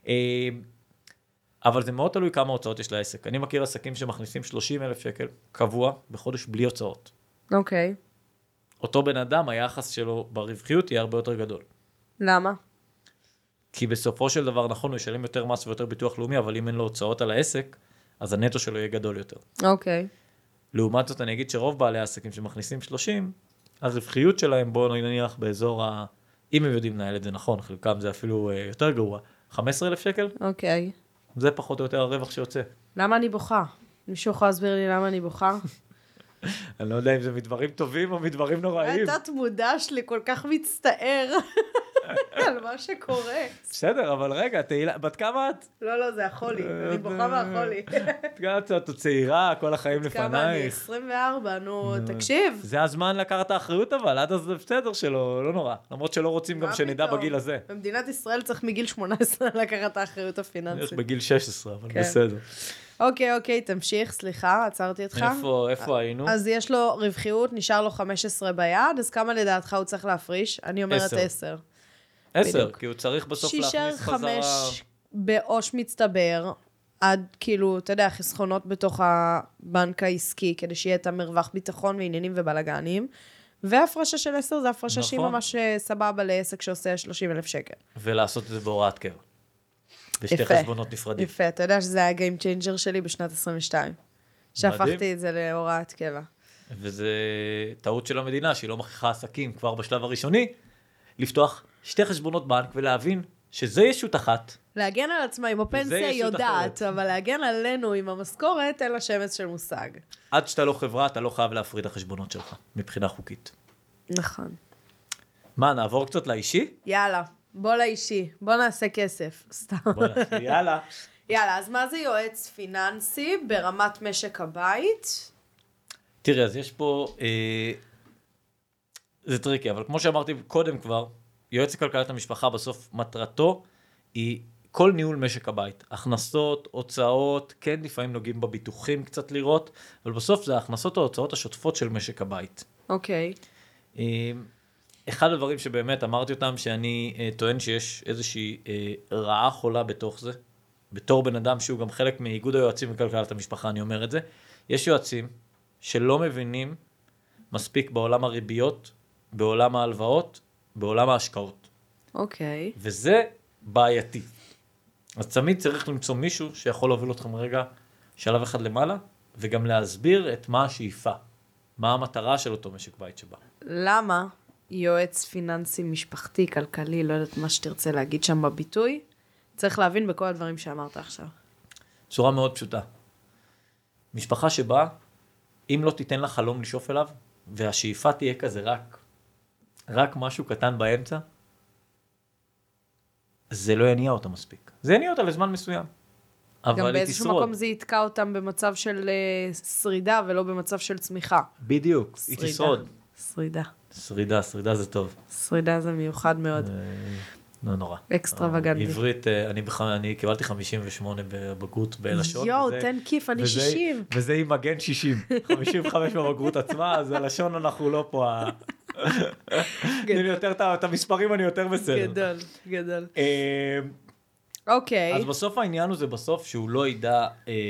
אבל זה מאוד תלוי כמה הוצאות יש לעסק. אני מכיר עסקים שמכניסים 30,000 שקל קבוע בחודש בלי הוצאות. אוקיי. אותו בן אדם, היחס שלו ברווחיות יהיה הרבה יותר גדול. למה? כי בסופו של דבר, נכון, הוא ישלם יותר מס ויותר ביטוח לאומי, אבל אם אין לו הוצאות על העסק, אז הנטו שלו יהיה גדול יותר. אוקיי. לעומת זאת, אני אגיד שרוב בעלי העסקים שמכניסים 30, אז רווחיות שלהם, בואו נניח באזור אם הם יודעים לנהל את זה נכון, חלקם זה אפילו יותר גרוע, 15,000 שקל? אוקיי. זה פחות או יותר הרווח שיוצא. למה אני בוכה? מישהו יכול להסביר לי למה אני בוכה? אני לא יודע אם זה מדברים טובים או מדברים נוראים. התת מודע שלי כל כך מצטער על מה שקורה. בסדר, אבל רגע, תהילה, בת כמה את? לא, זה החולי. אני בוכה מהחולי. את צעירה, כל החיים לפנייך. כמה אני? 24, נו, תקשיב. זה הזמן לקחת את האחריות, אבל עד אז זה בסדר שלו, לא נורא. למרות שלא רוצים גם שנדע בגיל הזה. במדינת ישראל צריך מגיל 18 לקחת את האחריות הפיננסית. יש בגיל 16, אבל בסדר. אוקיי, תמשיך, סליחה, עצרתי אותך. איפה היינו? אז יש לו רווחיות, נשאר לו 15 ביד, אז כמה לדעתך הוא צריך להפריש? אני אומרת 10. 10, כי הוא צריך בסוף להכניס חזרה... שישאר 5 בעו"ש מצטבר, עד כאילו, אתה יודע, חסכונות בתוך הבנק העסקי, כדי שיהיה את המרווח ביטחון ועניינים ובלגנים, והפרשה של 10 זה הפרשה שהיא ממש סבבה לעסק שעושה 30,000 שקל. ולעשות את זה בהוראת קבע. בשתי חשבונות נפרדים. יפה, אתה יודע שזה היה game changer שלי בשנת 22. שהפכתי את זה להוראת קבע. וזה טעות של המדינה, שהיא לא מכריחה עסקים כבר בשלב הראשוני, לפתוח שתי חשבונות בנק ולהבין שזה ישות אחת. להגן על עצמה עם הפנסיה יודעת, אבל להגן עלינו עם המשכורת, אין לה שמץ של מושג. עד שאתה לא חברה, אתה לא חייב להפריד החשבונות שלך, מבחינה חוקית. נכון. מה, נעבור קצת לאישי? יאללה, בוא לאישי, בוא נעשה כסף, סתם. בוא נתחיל, יאללה. יאללה, אז מה זה יועץ פיננסי ברמת משק הבית? תראי, אז יש פה, זה טריקי, אבל כמו שאמרתי קודם כבר, יועץ לכלכלת המשפחה בסוף מטרתו היא כל ניהול משק הבית. הכנסות, הוצאות, כן לפעמים נוגעים בביטוחים קצת לראות, אבל בסוף זה ההכנסות או ההוצאות השוטפות של משק הבית. אוקיי. אחד הדברים שבאמת אמרתי אותם, שאני טוען שיש איזושהי רעה חולה בתוך זה, בתור בן אדם שהוא גם חלק מאיגוד היועצים לכלכלת המשפחה, אני אומר את זה, יש יועצים שלא מבינים מספיק בעולם הריביות, בעולם ההלוואות, בעולם ההשקעות. אוקיי. וזה בעייתי. אז תמיד צריך למצוא מישהו שיכול להוביל אתכם רגע שלב אחד למעלה, וגם להסביר את מה השאיפה, מה המטרה של אותו משק בית שבא. למה יועץ פיננסי משפחתי, כלכלי, לא יודעת מה שתרצה להגיד שם בביטוי, צריך להבין בכל הדברים שאמרת עכשיו. צורה מאוד פשוטה. משפחה שבאה, אם לא תיתן לה חלום לשאוף אליו, והשאיפה תהיה כזה רק משהו קטן באמצע, זה לא יניע אותה מספיק. זה יניע אותה לזמן מסוים. גם באיזשהו מקום זה יתקע אותם במצב של שרידה, ולא במצב של צמיחה. בדיוק, היא תשרוד. שרידה. שרידה זה טוב. שרידה זה מיוחד מאוד. לא נורא. אקסטרווגנטי. עברית, אני קיבלתי 58 בבגרות בלשון. יואו, תן כיף, אני 60. וזה עם מגן 60. 55 בבגרות עצמה, אז הלשון אנחנו לא פה. תני לי יותר את המספרים, אני יותר בסדר. גדול. אוקיי. אז בסוף העניין הוא זה בסוף שהוא לא ידע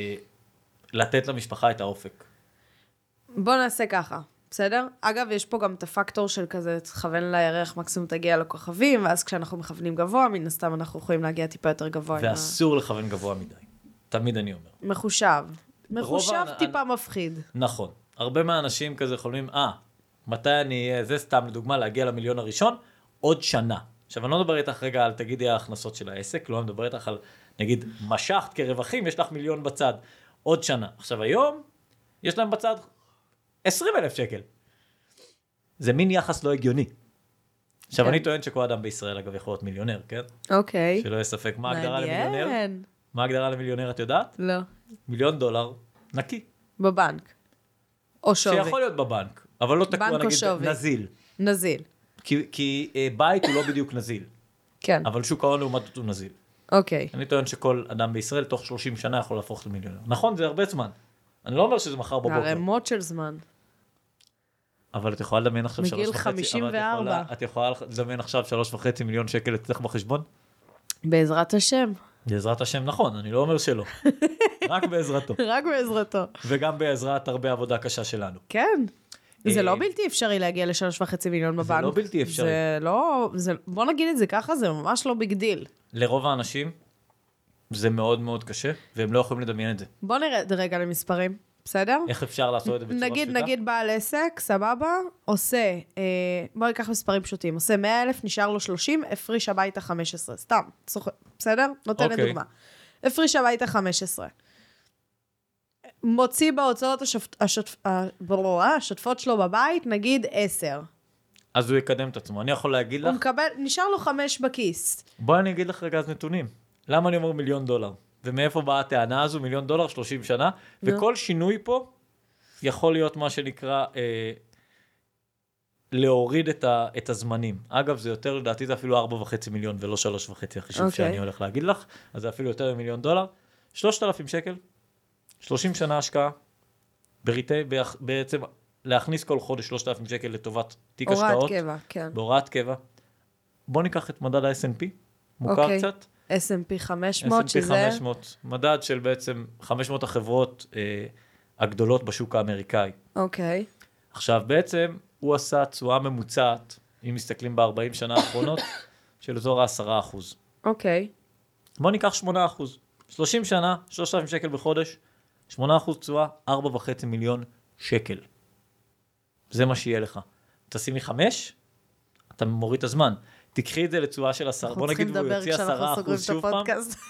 לתת למשפחה את האופק. בוא נעשה ככה. בסדר? אגב, יש פה גם את הפקטור של כזה, תכוון לירח, מקסימום תגיע לכוכבים, ואז כשאנחנו מכוונים גבוה, מן הסתם אנחנו יכולים להגיע טיפה יותר גבוה. ואסור לכוון גבוה מדי. תמיד אני אומר. מחושב טיפה מפחיד. נכון. הרבה מהאנשים כזה יכולים, מתי זה סתם לדוגמה, להגיע למיליון הראשון, עוד שנה. עכשיו, אני לא מדבר איתך רגע על תגידי ההכנסות של העסק, לא מדבר איתך על, נגיד, משכת כרווחים, יש לך מיליון בצד, עוד שנה. עכשיו, היום, יש להם בצד 20,000 שקל. זה מין יחס לא הגיוני. עכשיו, אני טוען שכל אדם בישראל, אגב, יכול להיות מיליונר, כן? אוקיי. שלא יספק. מה ההגדרה למיליונר? מה ההגדרה למיליונר, את יודעת? לא. $1,000,000 נקי. בבנק. או שווי. שיכול להיות בבנק, אבל לא תקוע, נגיד, נזיל. כי בית הוא לא בדיוק נזיל. כן. אבל שוק ההון לעומת הוא נזיל. אוקיי. אני טוען שכל אדם בישראל, תוך 30 שנה יכול להפוך למיליונר. נכון, זה הרבה זמן. אני לא אומר שזה מחר בבוקר. הרמות של זמן. אבל את יכולה לדמיין עכשיו 3.5... מגיל 54. את יכולה לדמיין עכשיו 3.5 מיליון שקל אצלך בחשבון? בעזרת השם. בעזרת השם, נכון, אני לא אומר שלא. רק בעזרתו. רק בעזרתו. וגם בעזרת הרבה עבודה קשה שלנו. כן. זה לא בלתי אפשרי להגיע ל3.5 מיליון בבנק. זה לא בלתי אפשרי. זה לא... בוא נגיד את זה ככה, זה ממש לא ביג דיל. לרוב האנשים זה מאוד מאוד קשה, והם לא יכולים לדמיין את זה. בוא נרד רגע למספרים, בסדר? איך אפשר לעשות את זה בצורה פשוטה? נגיד בעל עסק, סבבה, עושה, בוא ניקח מספרים פשוטים, עושה 100,000, נשאר לו 30, הפריש הביתה 15, סתם, בסדר? נותן לדוגמה. הפריש הביתה 15. מוציא בהוצאות השוטפות שלו בבית, נגיד 10. אז הוא יקדם את עצמו. אני יכול להגיד לך... הוא מקבל, נשאר לו 5 בכיס. בואי אני אגיד לך רגע אז נתונים. למה אני אומר $1,000,000? ומאיפה באה הטענה הזו? $1,000,000, 30 שנה. וכל שינוי פה יכול להיות מה שנקרא להוריד את הזמנים. אגב, זה יותר, לדעתי זה אפילו 4.5 מיליון ולא 3.5 החישוב שאני הולך להגיד לך. אז זה אפילו יותר $1,000,000. 3,000 שקל. 30 שנה השקעה, בעצם להכניס כל חודש 3,000 שקל לטובת תיק השקעות. הוראת קבע, כן. בהוראת קבע. בוא ניקח את מדד ה-S&P, מוכר קצת. S&P 500, S&P שזה... 500, מדד של בעצם 500 החברות הגדולות בשוק האמריקאי. אוקיי. עכשיו, בעצם הוא עשה תשואה ממוצעת, אם מסתכלים ב-40 שנה האחרונות, של אזור ה-10%. אוקיי. בוא ניקח 8%. 30 שנה, 3,000 שקל בחודש, 8% תשואה, 4.5 מיליון שקל. זה מה שיהיה לך. תשימי 5, אתה מוריד את הזמן. תקחי את זה לתשואה של 10, בוא נגיד והוא יוציא 10% שוב פעם.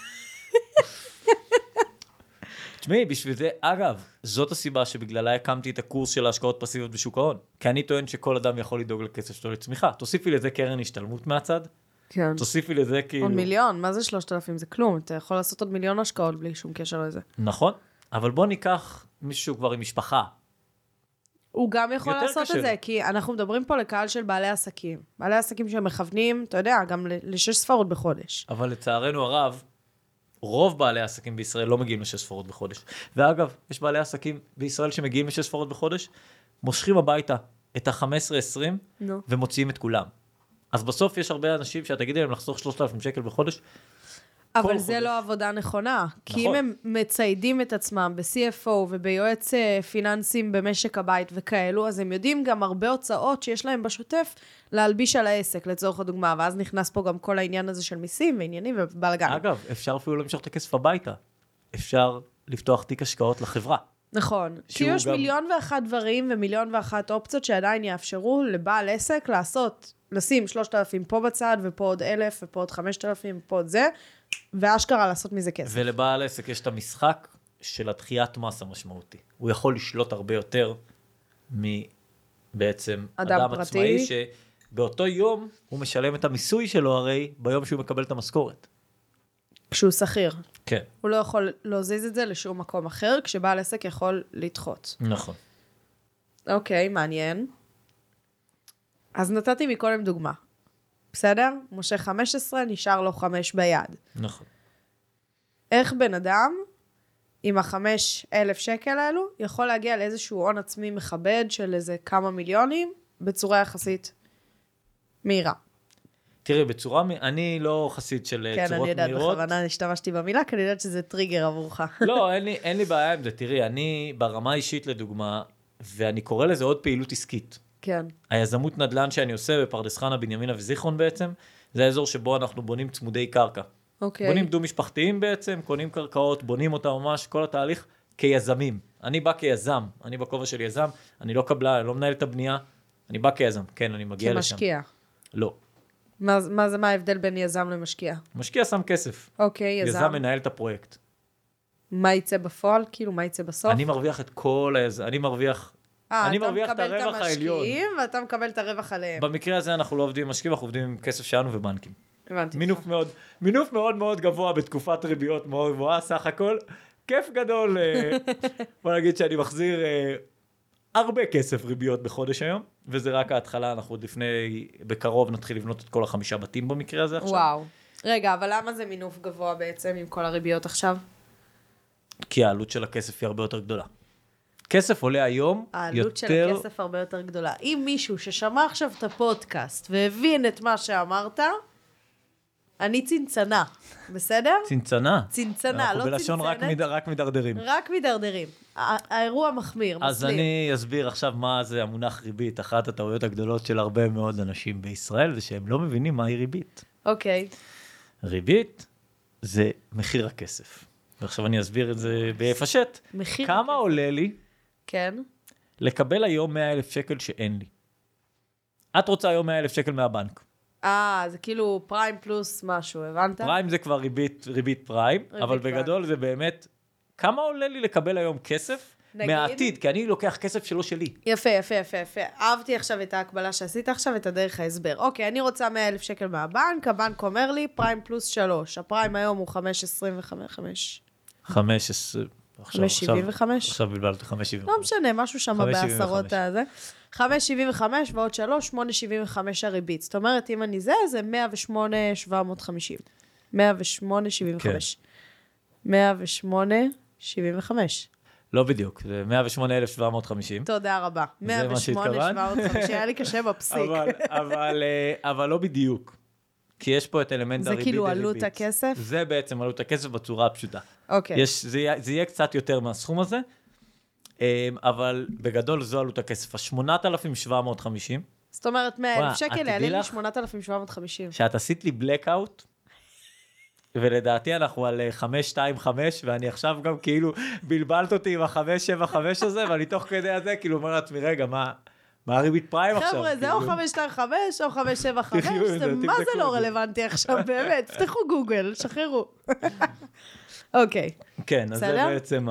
תשמעי, בשביל זה, אגב, זאת הסיבה שבגללה הקמתי את הקורס של ההשקעות פסיביות בשוק ההון. כי אני טוען שכל אדם יכול לדאוג לכסף שלו לצמיחה. תוסיפי לזה קרן השתלמות מהצד, כן. תוסיפי לזה כאילו... עוד מיליון, מה זה 3,000? זה כלום. אתה יכול לעשות עוד מיליון השקעות בלי שום קשר לזה. נכון, אבל בוא ניקח מישהו כבר עם משפחה. הוא גם יכול לעשות את זה, כי אנחנו מדברים פה לקהל של בעלי עסקים. בעלי עסקים שמכוונים, אתה יודע, גם ל6 ספרות בחודש. אבל לצערנו הרב, רוב בעלי העסקים בישראל לא מגיעים ל6 ספרות בחודש. ואגב, יש בעלי עסקים בישראל שמגיעים ל6 ספרות בחודש, מושכים הביתה את ה-15-20 ומוציאים את כולם. אז בסוף יש הרבה אנשים שאתה תגידי להם לחסוך 3,000 שקל בחודש. אבל זה לא עבודה נכונה. כי אם הם מציידים את עצמם ב-CFO וביועץ פיננסים במשק הבית וכאלו, אז הם יודעים גם הרבה הוצאות שיש להם בשוטף להלביש על העסק, לצורך הדוגמה, ואז נכנס פה גם כל העניין הזה של מיסים ועניינים ובלגן. אגב, אפשר אפילו למשוך את הכסף הביתה. אפשר לפתוח תיק השקעות לחברה. נכון, כי יש 1,001,000 דברים ו1,001,000 אופציות שעדיין יאפשרו לבעל עסק לשים 3,000 פה בצד ופה עוד 1,000 ופה עוד 5,000 ופה עוד זה, ואשכרה לעשות מזה כסף. ולבעל עסק יש את המשחק של הדחיית מס המשמעותי. הוא יכול לשלוט הרבה יותר מבעצם אדם עצמאי, שבאותו יום הוא משלם את המיסוי שלו הרי ביום שהוא מקבל את המשכורת. כשהוא שכיר. כן. הוא לא יכול להזיז את זה לשום מקום אחר, כשבעל עסק יכול לדחות. נכון. אוקיי, מעניין. אז נתתי מקודם דוגמה. בסדר? משה 15, נשאר לו 5 ביד. נכון. איך בן אדם, עם ה5,000 שקל האלו, יכול להגיע לאיזשהו הון עצמי מכבד של איזה כמה מיליונים, בצורה יחסית מהירה. תראי, אני לא חסיד של צורות מהירות. כן, אני יודעת, בכוונה השתמשתי במילה, כי אני יודעת שזה טריגר עבורך. לא, אין לי בעיה עם זה. תראי, אני ברמה אישית לדוגמה, ואני קורא לזה עוד פעילות עסקית. כן. היזמות נדל"ן שאני עושה בפרדס חנה, בנימינה וזיכרון בעצם, זה האזור שבו אנחנו בונים צמודי קרקע. אוקיי. בונים דו-משפחתיים בעצם, קונים קרקעות, בונים אותה ממש, כל התהליך כיזמים. אני בא כיזם, אני בכובע של יזם, אני לא קבלה, אני לא מנהל את הבנייה, אני בא כיזם, כן, אני מגיע לשם. כמשקיע. לא. מה ההבדל בין יזם למשקיע? משקיע שם כסף. אוקיי, יזם מנהל את הפרויקט. מה יצא בפועל? כאילו, מה יצא בסוף? אני מרוויח את כל אני מרוויח את הרווח העליון. ואתה מקבל את הרווח עליהם. במקרה הזה אנחנו לא עובדים עם משקיעים, אנחנו עובדים עם כסף שלנו ובנקים. הבנתי. מינוף מאוד מאוד גבוה בתקופת ריביות מאוד גבוהה, סך הכל. כיף גדול. בוא נגיד שאני מחזיר הרבה כסף ריביות בחודש היום, וזה רק ההתחלה, אנחנו עוד בקרוב נתחיל לבנות את כל 5 בתים במקרה הזה עכשיו. וואו. רגע, אבל למה זה מינוף גבוה בעצם עם כל הריביות עכשיו? כי העלות של הכסף היא הרבה יותר גדולה. כסף עולה היום יותר... העלות של הכסף הרבה יותר גדולה. אם מישהו ששמע עכשיו את הפודקאסט והבין את מה שאמרת, אני צנצנה, בסדר? צנצנה? צנצנה, לא אנחנו בלשון רק מדרדרים. רק מדרדרים. האירוע מחמיר, מסלים. אז אני אסביר עכשיו מה זה המונח ריבית. אחת הטעויות הגדולות של הרבה מאוד אנשים בישראל, זה שהם לא מבינים מהי ריבית. אוקיי. ריבית זה מחיר הכסף. ועכשיו אני אסביר את זה בפשט. כמה עולה לי כן. לקבל היום 100,000 שקל שאין לי? את רוצה היום 100,000 שקל מהבנק. זה כאילו פריים פלוס משהו, הבנת? פריים זה כבר ריבית פריים, אבל בגדול זה באמת, כמה עולה לי לקבל היום כסף מהעתיד? כי אני לוקח כסף שלא שלי. יפה, יפה, יפה, יפה. אהבתי עכשיו את ההקבלה שעשית עכשיו, את הדרך ההסבר. אוקיי, אני רוצה 100,000 שקל מהבנק, הבנק אומר לי פריים פלוס 3. הפריים היום הוא 5.25. 5.75? עכשיו בלבלתי 5.75. לא משנה, משהו שם בעשרות הזה. 5.75 ועוד 3, 8.75 הריבית. זאת אומרת, אם אני זה 108,750. 108,75. 108,75. לא בדיוק, זה 108,750. תודה רבה. 108,750, היה לי קשה בפסיק. אבל לא בדיוק. כי יש פה את אלמנט זה הריבית כאילו דריבית. עלות הכסף? זה בעצם עלות הכסף בצורה הפשוטה. אוקיי. זה יהיה קצת יותר מהסכום הזה, אבל בגדול זו עלות הכסף. 8,750. זאת אומרת, 100,000 שקל תדעי יעלה לי לך 8,750. שאת עשית לי blackout, ולדעתי אנחנו על 525, ואני עכשיו גם כאילו בלבלת אותי עם ה-575 הזה, ואני תוך כדי הזה כאילו אומר לעצמי, רגע, מה הריבית פריים עכשיו? חבר'ה, זה או 525 או 575, מה זה לא רלוונטי עכשיו, באמת? פתחו גוגל, שחררו. אוקיי. כן, אז זה בעצם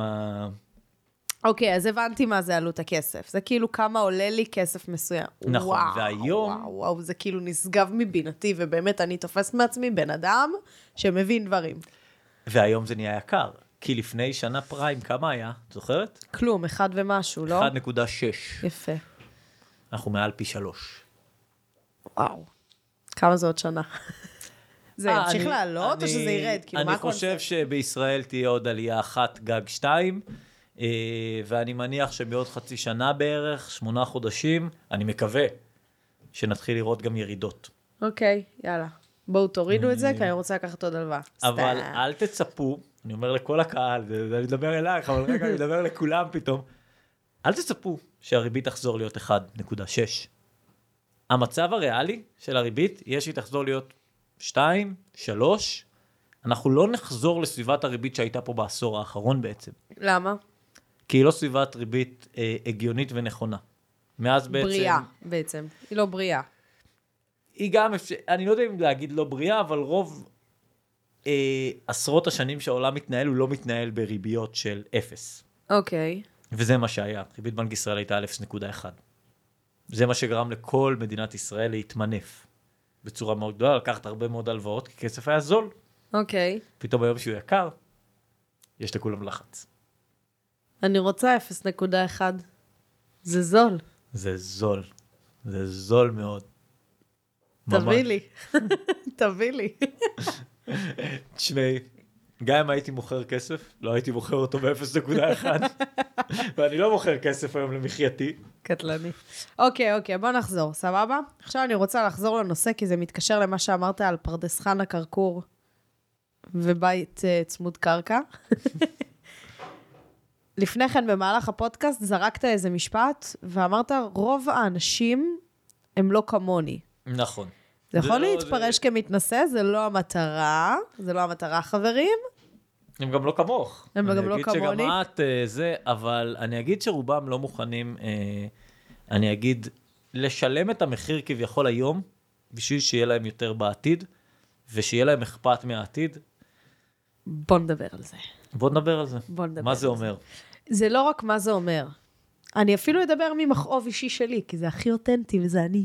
אוקיי, אז הבנתי מה זה עלות הכסף. זה כאילו כמה עולה לי כסף מסוים. נכון, והיום... וואו, זה כאילו נשגב מבינתי, ובאמת אני תופסת מעצמי בן אדם שמבין דברים. והיום זה נהיה יקר, כי לפני שנה פריים, כמה היה? את זוכרת? כלום, 1 ומשהו, לא? 1.6. יפה. אנחנו מעל פי 3. וואו. כמה זה עוד שנה? זה ימשיך לעלות או שזה ירד? אני חושב שבישראל תהיה עוד עלייה אחת, גג 2, ואני מניח שבעוד חצי שנה בערך, 8 חודשים, אני מקווה שנתחיל לראות גם ירידות. אוקיי, יאללה. בואו תורידו את זה, כי אני רוצה לקחת עוד הלוואה. אבל אל תצפו, אני אומר לכל הקהל, אני מדבר אלייך, אבל רגע, אני מדבר לכולם פתאום, אל תצפו שהריבית תחזור להיות 1.6. המצב הריאלי של הריבית, יש שהיא תחזור להיות 2, 3, אנחנו לא נחזור לסביבת הריבית שהייתה פה בעשור האחרון בעצם. למה? כי היא לא סביבת ריבית הגיונית ונכונה. מאז בעצם... בריאה בעצם, היא לא בריאה. היא גם, אני לא יודע אם להגיד לא בריאה, אבל רוב עשרות השנים שהעולם מתנהל, הוא לא מתנהל בריביות של 0. אוקיי. וזה מה שהיה. ריבית בנק ישראל הייתה 0.1. זה מה שגרם לכל מדינת ישראל להתמנף. בצורה מאוד גדולה, לקחת הרבה מאוד הלוואות, כי כסף היה זול. אוקיי. פתאום היום שהוא יקר, יש לכולם לחץ. אני רוצה 0.1. זה זול. זה זול. זה זול מאוד. תביא לי. תביא לי. תשמעי, גם אם הייתי מוכר כסף, לא הייתי מוכר אותו ב-0.1, ואני לא מוכר כסף היום למחייתי. קטלני. אוקיי, בוא נחזור, סבבה? עכשיו אני רוצה לחזור לנושא, כי זה מתקשר למה שאמרת על פרדס חנה כרכור, ובית צמוד קרקע. לפני כן, במהלך הפודקאסט, זרקת איזה משפט, ואמרת, רוב האנשים הם לא כמוני. נכון. זה יכול להתפרש כמתנשא, זה לא המטרה, חברים. הם גם לא כמוך. הם גם לא כמוני. אני אגיד שגם את זה, אבל אני אגיד שרובם לא מוכנים, אני אגיד, לשלם את המחיר כביכול היום, בשביל שיהיה להם יותר בעתיד, ושיהיה להם אכפת מהעתיד. בוא נדבר על זה. מה זה אומר? זה לא רק מה זה אומר. אני אפילו אדבר ממכאוב אישי שלי, כי זה הכי אותנטי וזה אני.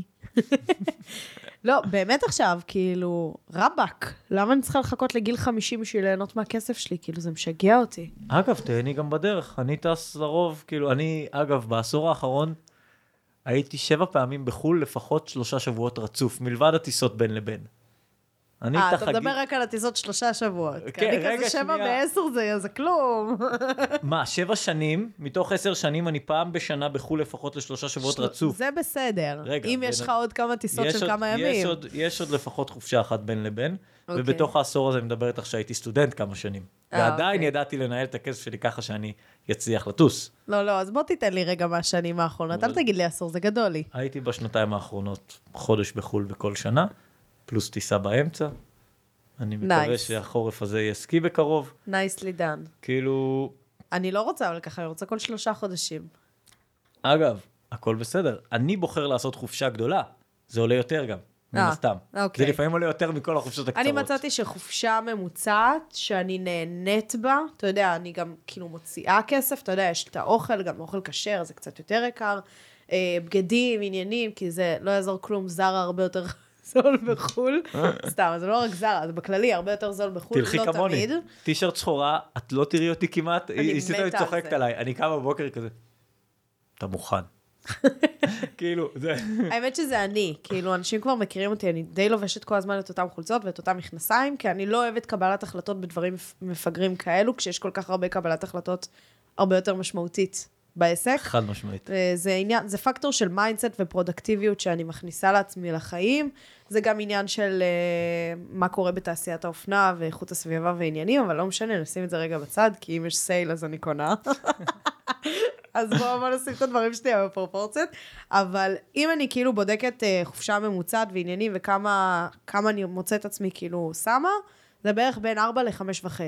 לא, באמת עכשיו, כאילו, רבק, למה אני צריכה לחכות לגיל 50 בשביל ליהנות מהכסף שלי? כאילו, זה משגע אותי. אגב, תהני גם בדרך. אני טס לרוב, כאילו, אגב, בעשור האחרון, הייתי 7 פעמים בחול, לפחות 3 שבועות רצוף, מלבד הטיסות בין לבין. אתה מדבר רק על הטיסות 3 שבועות. אני כזה 7 ב-10 זה כלום. מה, 7 שנים, מתוך 10 שנים, אני פעם בשנה בחול לפחות ל3 שבועות רצוף. זה בסדר. אם יש לך עוד כמה טיסות של כמה ימים. יש עוד לפחות חופשה אחת בין לבין, ובתוך העשור הזה אני מדבר איתך שהייתי סטודנט כמה שנים. ועדיין ידעתי לנהל את הכסף שלי ככה שאני יצליח לטוס. לא, אז בוא תיתן לי רגע מהשנים האחרונות. אל תגיד לי 10, זה גדול לי. הייתי בשנתיים האחרונות חודש בחול בכל שנה. פלוס טיסה באמצע. אני מקווה שהחורף הזה יסקי בקרוב. נייסלי דן. כאילו... אני לא רוצה, אבל ככה, אני רוצה כל 3 חודשים. אגב, הכל בסדר. אני בוחר לעשות חופשה גדולה. זה עולה יותר גם, מן הסתם. זה לפעמים עולה יותר מכל החופשות הקצרות. אני מצאתי שחופשה ממוצעת, שאני נהנית בה, אתה יודע, אני גם כאילו מוציאה כסף, אתה יודע, יש את האוכל, גם אוכל כשר, זה קצת יותר יקר. בגדים, עניינים, כי זה לא יעזור כלום, זרה הרבה יותר... זול בחול, סתם, זה לא רק זרה, זה בכללי, הרבה יותר זול בחול, לא תמיד. תלכי כמוני, טישרט שחורה, את לא תראי אותי כמעט, היא צוחקת עליי, אני קם בבוקר כזה, אתה מוכן. כאילו, זה... האמת שזה אני, כאילו, אנשים כבר מכירים אותי, אני די לובשת כל הזמן את אותם חולצות ואת אותם מכנסיים, כי אני לא אוהבת קבלת החלטות בדברים מפגרים כאלו, כשיש כל כך הרבה קבלת החלטות הרבה יותר משמעותית בעסק. חד משמעית. זה פקטור של מיינדסט ופרודקטיביות שאני מכניסה לעצמי לחיים. זה גם עניין של מה קורה בתעשיית האופנה ואיכות הסביבה ועניינים, אבל לא משנה, נשים את זה רגע בצד, כי אם יש סייל אז אני קונה. אז בואו נשים את הדברים שלי בפרופורציות. אבל אם אני כאילו בודקת חופשה ממוצעת ועניינים וכמה אני מוצאת עצמי כאילו שמה, זה בערך בין 4 ל-5.5.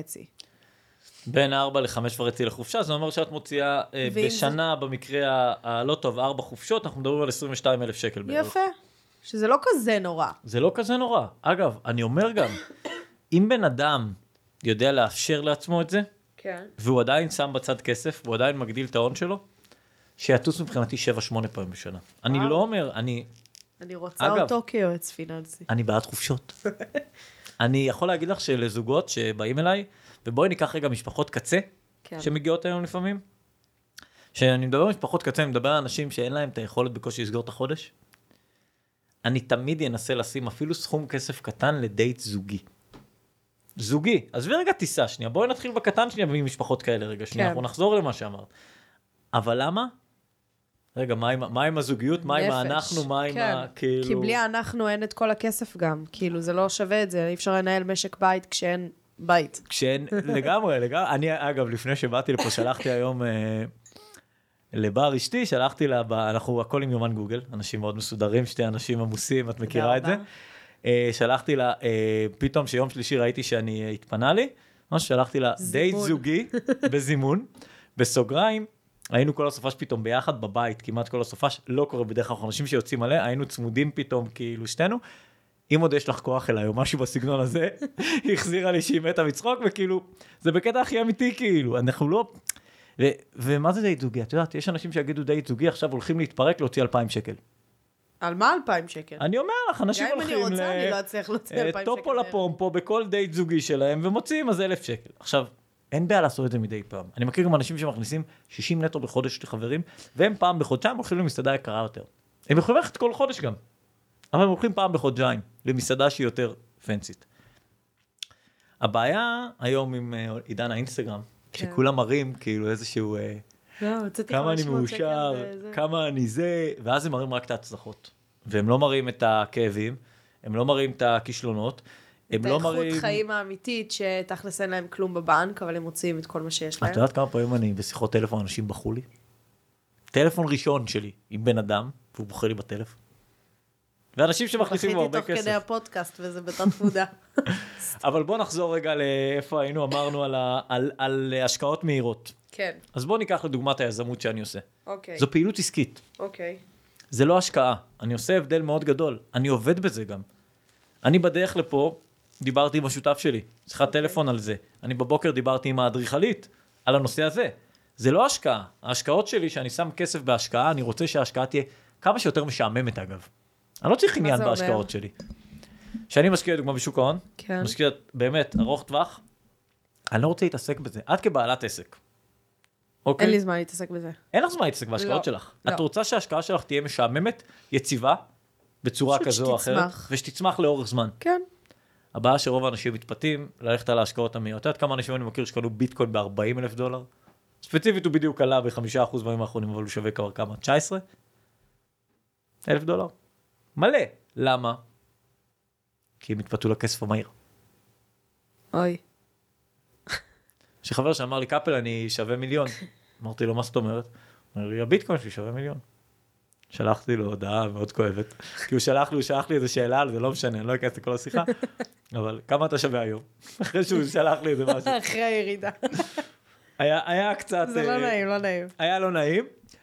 בין 4 ל-5.5 לחופשה, זה אומר שאת מוציאה בשנה, במקרה הלא טוב, 4 חופשות, אנחנו מדברים על 22,000 שקל בערך. יפה, שזה לא כזה נורא. זה לא כזה נורא. אגב, אני אומר גם, אם בן אדם יודע לאפשר לעצמו את זה, כן. והוא עדיין שם בצד כסף, והוא עדיין מגדיל את ההון שלו, שיטוס מבחינתי 7-8 פעמים בשנה. אני לא אומר, אני רוצה אותו כיועץ פיננסי. אני בעד חופשות. אני יכול להגיד לך שלזוגות שבאים אליי, ובואי ניקח רגע משפחות קצה, שמגיעות היום לפעמים, שאני מדבר על משפחות קצה, אני מדבר על אנשים שאין להם את היכולת בקושי לסגור את החודש, אני תמיד אנסה לשים אפילו סכום כסף קטן לדייט זוגי. זוגי. עזבי רגע טיסה שנייה, בואי נתחיל בקטן שנייה ממשפחות כאלה רגע שנייה, אנחנו נחזור למה שאמרת. אבל למה? רגע, מה עם הזוגיות? מה עם אנחנו? מה עם כאילו... כי בלי אנחנו אין את כל הכסף גם. כאילו, זה לא שווה את זה. אי אפשר לנהל משק בית כשאין בית. לגמרי. אני, אגב, לפני שבאתי לפה, שלחתי היום לבר אשתי, שלחתי לה, אנחנו הכל עם יומן גוגל, אנשים מאוד מסודרים, שתי אנשים עמוסים, את מכירה את זה? שלחתי לה, פתאום שיום שלישי ראיתי שאני התפנה לי, שלחתי לה דייט זוגי בזימון, בסוגריים, היינו כל הסופש פתאום ביחד בבית, כמעט כל הסופש, לא קורה בדרך כלל, אנשים שיוצאים עליה, היינו צמודים פתאום כאילו שתינו, אם עוד יש לך כוח אליי או משהו בסגנון הזה, היא החזירה לי שהיא מתה מצחוק, וכאילו, זה בקטע הכי אמיתי כאילו, אנחנו לא... ומה זה דייט זוגי? את יודעת, יש אנשים שיגידו דייט זוגי, עכשיו הולכים להתפרק להוציא 2,000 שקל. על מה 2,000 שקל? אני אומר לך, אנשים הולכים אני לא אצליח להוציא 2,000 שקל. טופו לפומפו בכל דייט זוגי שלהם, ומוציאים אז 1,000 שקל. עכשיו, אין בעיה לעשות את זה מדי פעם. אני מכיר גם אנשים שמכניסים 60 נטו בחודש לחברים, והם פעם בחודשיים הולכים למסעדה יקרה יותר. הם יכולים ללכת כל חודש גם. אבל הם הולכים פעם בחודשיים למסעדה שהיא יותר פנסית. הבעיה היום עם עידן האינסטגרם, שכולם מראים כאילו איזשהו... כמה אני מאושר, כמה אני זה, ואז הם מראים רק את ההצלחות. והם לא מראים את הכאבים, הם לא מראים את הכישלונות, הם לא מראים... את האיכות חיים האמיתית, שתכלס אין להם כלום בבנק, אבל הם מוצאים את כל מה שיש להם. את יודעת כמה פעמים אני בשיחות טלפון, אנשים בחו לי? טלפון ראשון שלי, עם בן אדם, והוא בוכה לי בטלפון. ואנשים שמכניסים בו הרבה כסף. בכיתי תוך כדי הפודקאסט, וזה בתת מודע. אבל בוא נחזור רגע לאיפה היינו, אמרנו על השקעות מהירות. כן. אז בוא ניקח לדוגמת היזמות שאני עושה. אוקיי. זו פעילות עסקית. אוקיי. זה לא השקעה. אני עושה הבדל מאוד גדול. אני עובד בזה גם. אני בדרך לפה, דיברתי עם השותף שלי. שיחת טלפון על זה. אני בבוקר דיברתי עם האדריכלית על הנושא הזה. זה לא השקעה. ההשקעות שלי, שאני שם כסף בהשקעה, אני רוצה שההשקעה תהיה כמה שיותר משעממת אגב. אני לא צריך עניין בהשקעות שלי. שאני משקיע דוגמה בשוק ההון, משקיע באמת ארוך טווח, אני לא רוצה להתעסק בזה. את כבעלת עסק. אין לי זמן להתעסק בזה. אין לך זמן להתעסק בהשקעות שלך. את רוצה שההשקעה שלך תהיה משעממת, יציבה, בצורה כזו או אחרת, ושתצמח לאורך זמן. כן. הבעיה שרוב האנשים מתפתים ללכת על ההשקעות המהירות. את יודעת כמה אנשים אני מכיר שקנו ביטקוין ב$40,000? ספציפית הוא בדיוק עלה ב5% בימים האחרונים, אבל הוא שווה כבר כמה? 19,000 $? מלא. למה? כי הם התפתו לכסף המהיר. אוי. שחבר שאמר לי, קאפל, אני שווה מיליון. אמרתי לו, מה זאת אומרת? הוא אומר לי, הביטקוין שלי שווה מיליון. שלחתי לו הודעה מאוד כואבת. כי הוא שלח לי איזו שאלה על זה, לא משנה, אני לא אכנס לכל השיחה. אבל כמה אתה שווה היום? אחרי שהוא שלח לי איזה משהו. אחרי הירידה. היה קצת... זה לא נעים, לא נעים. היה לא נעים.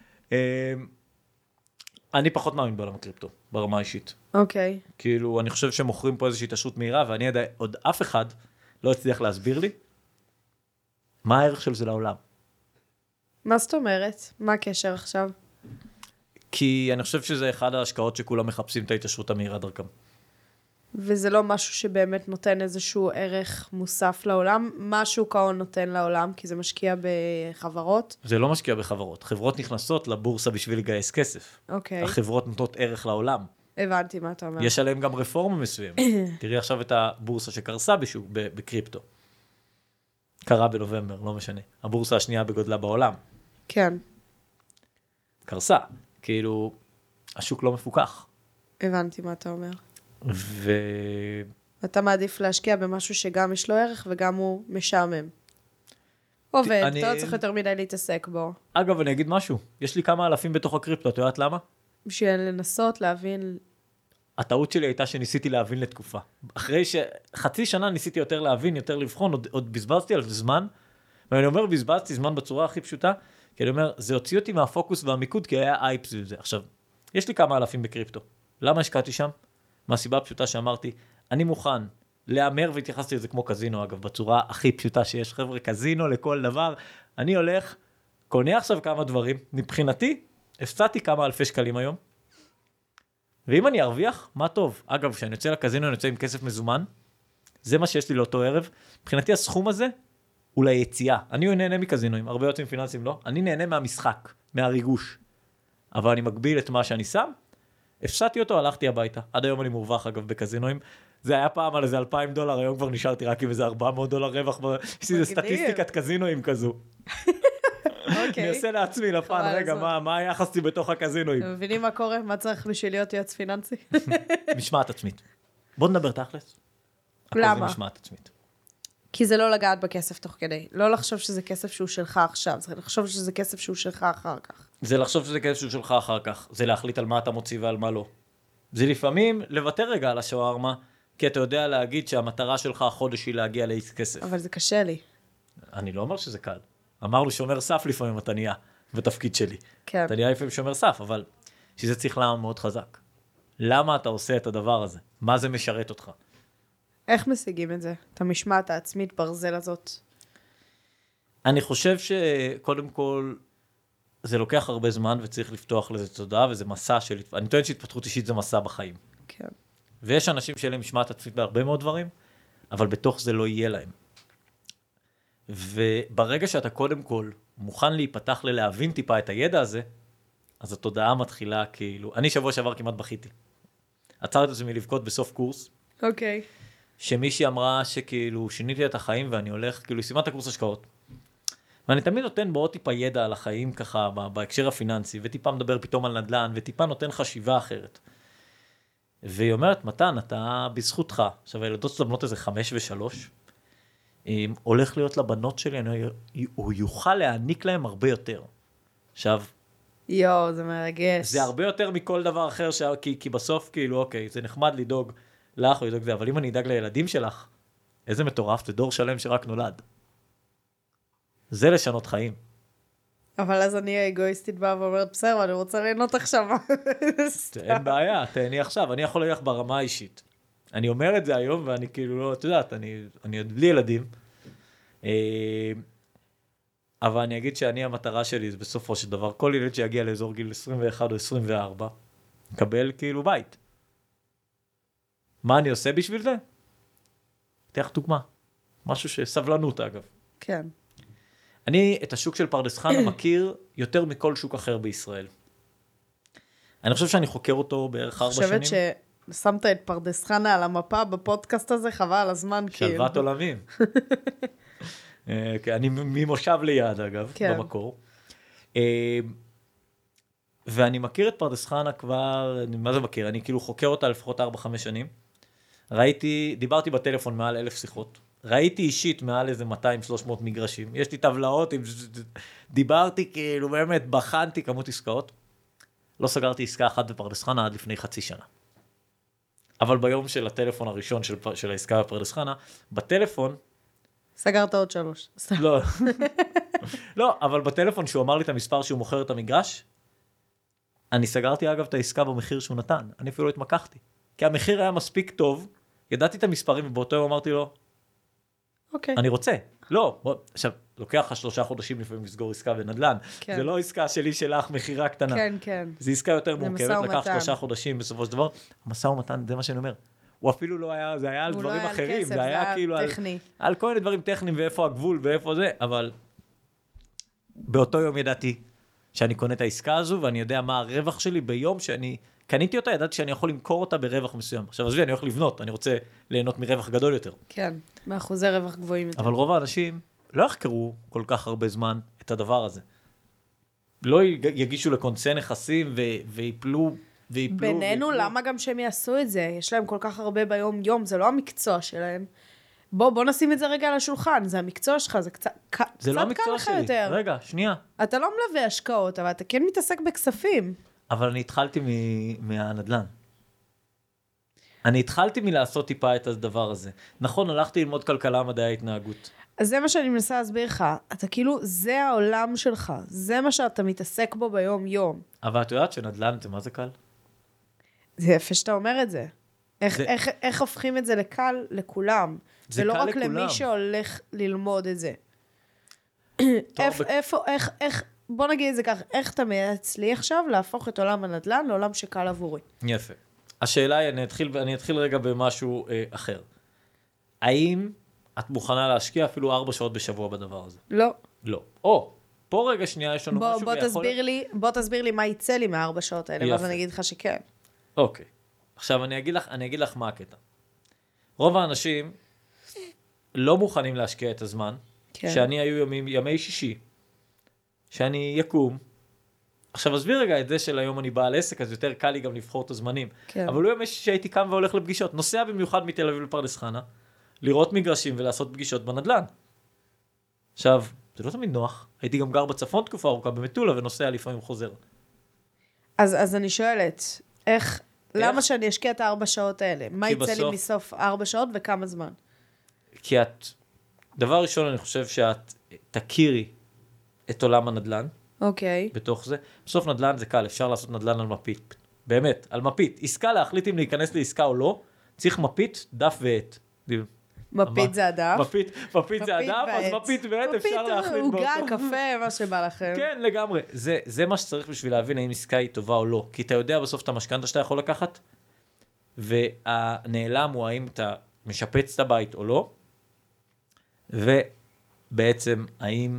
אני פחות מאמין בעולם הקריפטו, ברמה האישית. אוקיי. כאילו, אני חושב שמוכרים פה איזושהי התעשרות מהירה, ואני עוד אף אחד לא הצליח להסביר לי מה הערך של זה לעולם. מה זאת אומרת? מה הקשר עכשיו? כי אני חושב שזה אחד ההשקעות שכולם מחפשים את ההתעשרות המהירה דרכם. וזה לא משהו שבאמת נותן איזשהו ערך מוסף לעולם? מה שוק ההון נותן לעולם? כי זה משקיע בחברות? זה לא משקיע בחברות. חברות נכנסות לבורסה בשביל לגייס כסף. אוקיי. החברות נותנות ערך לעולם. הבנתי מה אתה אומר. יש עליהם גם רפורמה מסוימת. תראי עכשיו את הבורסה שקרסה בקריפטו. קרה בנובמבר, לא משנה. הבורסה השנייה בגודלה בעולם. כן. קרסה. כאילו, השוק לא מפוקח. הבנתי מה אתה אומר. ו... אתה מעדיף להשקיע במשהו שגם יש לו ערך וגם הוא משעמם. עובד, אתה לא צריך יותר מדי להתעסק בו. אגב, אני אגיד משהו. יש לי כמה אלפים בתוך הקריפטו, את יודעת למה? בשביל לנסות להבין... הטעות שלי הייתה שניסיתי להבין לתקופה. אחרי שחצי שנה ניסיתי יותר להבין, יותר לבחון, עוד בזבזתי על זמן, ואני אומר בזבזתי זמן בצורה הכי פשוטה, כי אני אומר, זה הוציא אותי מהפוקוס והמיקוד, כי היה אייפ סביב זה. עכשיו, יש לי כמה אלפים בקריפטו. למה השקעתי שם? מהסיבה הפשוטה שאמרתי, אני מוכן להמר, והתייחסתי לזה כמו קזינו, אגב, בצורה הכי פשוטה שיש, חבר'ה, קזינו לכל דבר. אני הולך, קונה עכשיו כמה דברים, מבחינתי, הפסדתי כמה אלפי שקלים היום, ואם אני ארוויח, מה טוב. אגב, כשאני יוצא לקזינו, אני יוצא עם כסף מזומן, זה מה שיש לי לאותו ערב. מבחינתי הסכום הזה, הוא ליציאה. אני נהנה מקזינואים, הרבה יוצאים פיננסיים לא. אני נהנה מהמשחק, מהריגוש. אבל אני מגביל את מה שאני שם, הפסדתי אותו, הלכתי הביתה. עד היום אני מורווח, אגב, בקזינואים. זה היה פעם על איזה $2,000, היום כבר נשארתי רק עם איזה $400 רווח. יש לי סטטיסטיקת קזינואים כזו. אני עושה לעצמי לפן, רגע, מה היחס לי בתוך הקזינואים? אתם מבינים מה קורה? מה צריך בשביל להיות יועץ פיננסי? משמעת עצמית. בוא נדבר תכלס. למה? משמעת עצמית. כי זה לא לגעת בכסף תוך כדי. לא לחשוב שזה כסף שהוא שלך עכשיו, זה לחשוב שזה כסף שהוא שלך אחר כך. זה לחשוב שזה כסף שהוא שלך אחר כך. זה להחליט על מה אתה מוציא ועל מה לא. זה לפעמים לוותר רגע על השווארמה, כי אתה יודע להגיד שהמטרה שלך החודש היא להגיע לאיס כסף. אבל זה קשה לי. אני לא אומר שזה קל. אמרנו שומר סף לפעמים אתה נהיה בתפקיד שלי. כן. אתה נהיה לפעמים שומר סף, אבל שזה צריך לעמוד מאוד חזק. למה אתה עושה את הדבר הזה? מה זה משרת אותך? איך משיגים את זה? את המשמעת העצמית ברזל הזאת? אני חושב שקודם כל, זה לוקח הרבה זמן וצריך לפתוח לזה תודעה, וזה מסע של... אני טוען שהתפתחות אישית זה מסע בחיים. כן. ויש אנשים שאין להם משמעת עצמית בהרבה מאוד דברים, אבל בתוך זה לא יהיה להם. וברגע שאתה קודם כל מוכן להיפתח ללהבין טיפה את הידע הזה, אז התודעה מתחילה כאילו... אני שבוע שעבר כמעט בכיתי. עצרתי את עצמי לבכות בסוף קורס. אוקיי. שמישהי אמרה שכאילו שיניתי את החיים ואני הולך, כאילו היא סיימה את הקורס השקעות. ואני תמיד נותן בו עוד טיפה ידע על החיים ככה בהקשר הפיננסי, וטיפה מדבר פתאום על נדל"ן, וטיפה נותן חשיבה אחרת. והיא אומרת, מתן, אתה בזכותך. עכשיו הילדות שלה בנות איזה 5 ו3, הולך להיות לבנות שלי, הוא יוכל להעניק להם הרבה יותר. עכשיו... יואו, זה מרגש. זה הרבה יותר מכל דבר אחר, כי בסוף כאילו, אוקיי, זה נחמד לדאוג לך או לדאוג זה, אבל אם אני אדאג לילדים שלך, איזה מטורף, זה דור שלם שרק נולד. זה לשנות חיים. אבל אז אני האגואיסטית באה ואומרת, בסדר, אני רוצה ליהנות עכשיו. אין בעיה, תהני עכשיו, אני יכול להלך ברמה האישית. אני אומר את זה היום, ואני כאילו לא, את יודעת, אני עוד בלי ילדים, אבל אני אגיד שאני המטרה שלי, זה בסופו של דבר, כל ילד שיגיע לאזור גיל 21 או 24, מקבל כאילו בית. מה אני עושה בשביל זה? תהיה דוגמה. משהו שסבלנות, אגב. כן. אני את השוק של פרדס חנה מכיר יותר מכל שוק אחר בישראל. אני חושב שאני חוקר אותו בערך 4 שנים. אני חושבת ששמת את פרדס חנה על המפה בפודקאסט הזה, חבל על הזמן. שלוות עולמים. אני ממושב ליד, אגב, במקור. ואני מכיר את פרדס חנה כבר, מה זה מכיר? אני כאילו חוקר אותה לפחות 4-5 שנים. דיברתי בטלפון מעל 1,000 שיחות. ראיתי אישית מעל איזה 200-300 מגרשים. יש לי טבלאות, דיברתי כאילו, באמת, בחנתי כמות עסקאות. לא סגרתי עסקה אחת בפרדס חנה עד לפני חצי שנה. אבל ביום של הטלפון הראשון של העסקה בפרדס חנה, בטלפון... סגרת עוד 3. לא. לא, אבל בטלפון שהוא אמר לי את המספר שהוא מוכר את המגרש, אני סגרתי אגב את העסקה במחיר שהוא נתן. אני אפילו לא התמקחתי. כי המחיר היה מספיק טוב, ידעתי את המספרים ובאותו יום אמרתי לו, אוקיי. אני רוצה. לא, עכשיו, לוקח לך 3 חודשים לפעמים לסגור עסקה בנדל"ן. כן. זה לא עסקה שלי שלך, מחירה קטנה. כן, כן. זה עסקה יותר מורכבת, לקח 3 ומתן. חודשים בסופו של דבר. המשא ומתן, זה מה שאני אומר. הוא אפילו לא היה, זה היה על דברים לא אחרים. כסף, זה היה כאילו טכני. על כל מיני דברים טכניים ואיפה הגבול ואיפה זה, אבל באותו יום ידעתי שאני קונה את העסקה הזו, ואני יודע מה הרווח שלי ביום שאני קניתי אותה, ידעתי שאני יכול למכור אותה ברווח מסוים. עכשיו, עזבי, אני הולך לבנות, אני רוצה ליהנות מרווח גדול יותר. כן, מאחוזי רווח גבוהים יותר. אבל רוב האנשים לא יחקרו כל כך הרבה זמן את הדבר הזה. לא יגישו לקונצי נכסים ויפלו. בינינו, למה גם שהם יעשו את זה? יש להם כל כך הרבה ביום יום, זה לא המקצוע שלהם. בוא נשים את זה רגע על השולחן, זה המקצוע שלך, זה קצת קל לך יותר. זה לא המקצוע שלי, רגע, שנייה. אתה לא מלווה השקעות, אבל אתה כן מתעסק בכספים. אבל אני התחלתי מהנדל"ן. אני התחלתי מלעשות טיפה את הדבר הזה. נכון, הלכתי ללמוד כלכלה, מדעי ההתנהגות. אז זה מה שאני מנסה להסביר לך. אתה כאילו, זה העולם שלך. זה מה שאתה מתעסק בו ביום יום. אבל את יודעת שנדל"ן זה מה זה קל? זה יפה שאתה אומר את זה. איך הופכים את זה לקל לכולם? זה ולא קל רק לכולם. למי שהולך ללמוד את זה. בוא נגיד את זה כך, איך אתה מייעץ לי עכשיו להפוך את עולם הנדל"ן לעולם שקל עבורי? יפה. השאלה היא, אני אתחיל רגע במשהו אחר. האם את מוכנה להשקיע אפילו 4 שעות בשבוע בדבר הזה? לא. לא. פה רגע שנייה יש לנו משהו בוא תסביר לי מה יצא לי מה4 שעות האלה, ואז אני אגיד לך שכן. אוקיי. עכשיו אני אגיד לך מה הקטע. רוב האנשים לא מוכנים להשקיע את הזמן, שאני היו ימי שישי, שאני יקום. עכשיו עזבי רגע את זה של היום אני בעל עסק, אז יותר קל לי גם לבחור את הזמנים. אבל לא ימי שישי הייתי קם והולך לפגישות. נוסע במיוחד מתל אביב לפרדס חנה, לראות מגרשים ולעשות פגישות בנדל"ן. עכשיו, זה לא תמיד נוח. הייתי גם גר בצפון תקופה ארוכה במטולה, ונוסע לפעמים חוזר. אז אני שואלת, למה שאני אשקיע את 4 שעות האלה? מה יצא לי מסוף 4 שעות וכמה זמן? כי דבר ראשון, אני חושב שאת תכירי את עולם הנדל"ן. אוקיי. בתוך זה. בסוף נדל"ן זה קל, אפשר לעשות נדל"ן על מפית. באמת, על מפית. עסקה להחליט אם להיכנס לעסקה או לא, צריך מפית, דף ועט. מפית זה הדף. מפית זה הדף, אז מפית ועט אפשר להחליט באותו. עוגה, קפה, מה שבא לכם. כן, לגמרי. זה מה שצריך בשביל להבין האם עסקה היא טובה או לא. כי אתה יודע בסוף את המשכנתא שאתה יכול לקחת, והנעלם הוא האם אתה משפץ את הבית או לא, ובעצם האם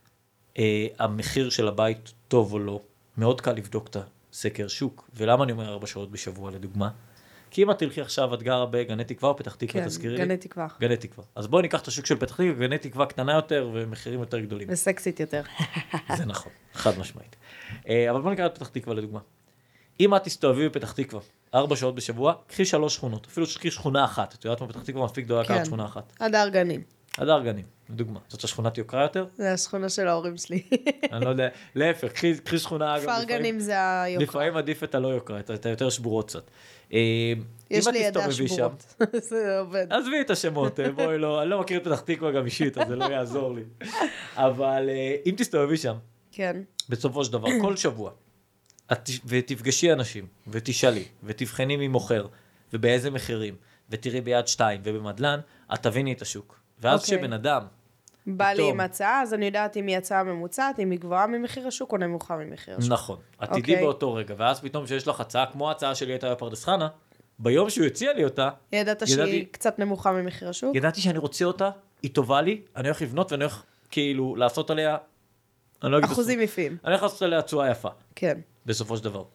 המחיר של הבית טוב או לא. מאוד קל לבדוק את הסקר שוק. ולמה אני אומר 4 שעות בשבוע לדוגמה? כי אם את תלכי עכשיו, את גרה בגני תקווה או פתח תקווה, תזכירי לי? גני תקווה. גני תקווה. אז בואי ניקח את השוק של פתח תקווה, גני תקווה קטנה יותר ומחירים יותר גדולים. וסקסית יותר. זה נכון, חד משמעית. אבל בואי ניקח את פתח תקווה לדוגמה. אם את תסתובבי בפתח תקווה 4 שעות בשבוע, קחי 3 שכונות, אפילו קחי שכונה אחת. את יודעת מה פתח תקווה מספיק גדולה לקחת שכונה אחת. הדר גנים. הדר גנים, לדוגמה. זאת השכונת יוקרה יותר? זה השכונה של ההורים שלי. אני לא יודע, להפך, קחי שכונה אגב. כפר גנים זה היוקרה. לפעמים עדיף את הלא יוקרה, את היותר שבורות קצת. יש לי ידע שבורות. זה עובד. עזבי את השמות, בואי לא, אני לא מכיר את פתח תקווה גם אישית, אז זה לא יעזור לי. אבל אם תסתובבי שם, כן. בסופו של דבר, כל שבוע, ותפגשי אנשים, ותשאלי, ותבחני מי מוכר, ובאיזה מחירים, ותראי ביד 2 ובמדלן, את תביני את השוק. ואז שבן אדם... בא לי עם הצעה, אז אני יודעת אם היא הצעה ממוצעת, אם היא גבוהה ממחיר השוק או נמוכה ממחיר השוק. נכון. את תדעי באותו רגע, ואז פתאום שיש לך הצעה, כמו ההצעה שלי הייתה בפרדס חנה, ביום שהוא הציע לי אותה... ידעת שהיא קצת נמוכה ממחיר השוק? ידעתי שאני רוצה אותה, היא טובה לי, אני הולך לבנות ואני הולך כאילו לעשות עליה... אחוזים יפים. אני הולך לעשות עליה תשואה יפה. כן. בסופו של דבר.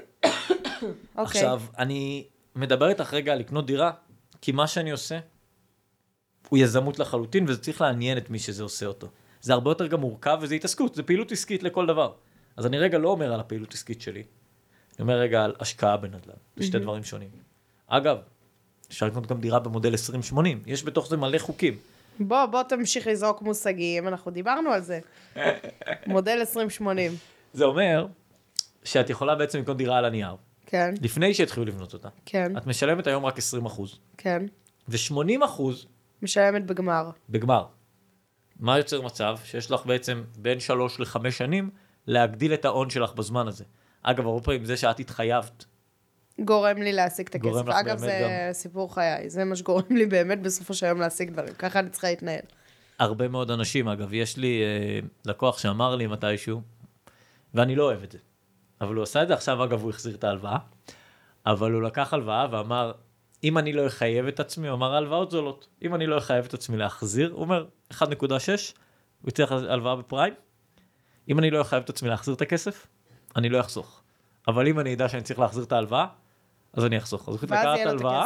עכשיו, אני מדבר איתך רגע על לקנות דירה, כי מה שאני עושה, הוא יזמות לחלוטין, וזה צריך לעניין את מי שזה עושה אותו. זה הרבה יותר גם מורכב, וזה התעסקות, זה פעילות עסקית לכל דבר. אז אני רגע לא אומר על הפעילות עסקית שלי, אני אומר רגע על השקעה בנדל"ן, זה שתי דברים שונים. אגב, אפשר לקנות גם דירה במודל 2080, יש בתוך זה מלא חוקים. בוא תמשיך לזרוק מושגים, אנחנו דיברנו על זה. מודל 2080. זה אומר שאת יכולה בעצם לקנות דירה על הנייר. כן. לפני שהתחילו לבנות אותה. כן. את משלמת היום רק 20%. כן. ו-80% משלמת בגמר. בגמר. מה יוצר מצב? שיש לך בעצם בין 3 ל-5 שנים להגדיל את ההון שלך בזמן הזה. אגב, הרבה פעמים זה שאת התחייבת. גורם לי להשיג את הכסף. אגב, זה סיפור חיי. זה מה שגורם לי באמת בסופו של יום להשיג דברים. ככה אני צריכה להתנהל. הרבה מאוד אנשים, אגב, יש לי לקוח שאמר לי מתישהו, ואני לא אוהב את זה. אבל הוא עשה את זה עכשיו, אגב, הוא החזיר את ההלוואה, אבל הוא לקח הלוואה ואמר, אם אני לא אחייב את עצמי, הוא אמר, הלוואות זולות. אם אני לא אחייב את עצמי להחזיר, הוא אומר, 1.6, הוא יצטרך הלוואה בפריים. אם אני לא אחייב את עצמי להחזיר את הכסף, אני לא אחסוך. אבל אם אני אדע שאני צריך להחזיר את ההלוואה, אז אני אחסוך. אז הוא החליט לקחת את ההלוואה,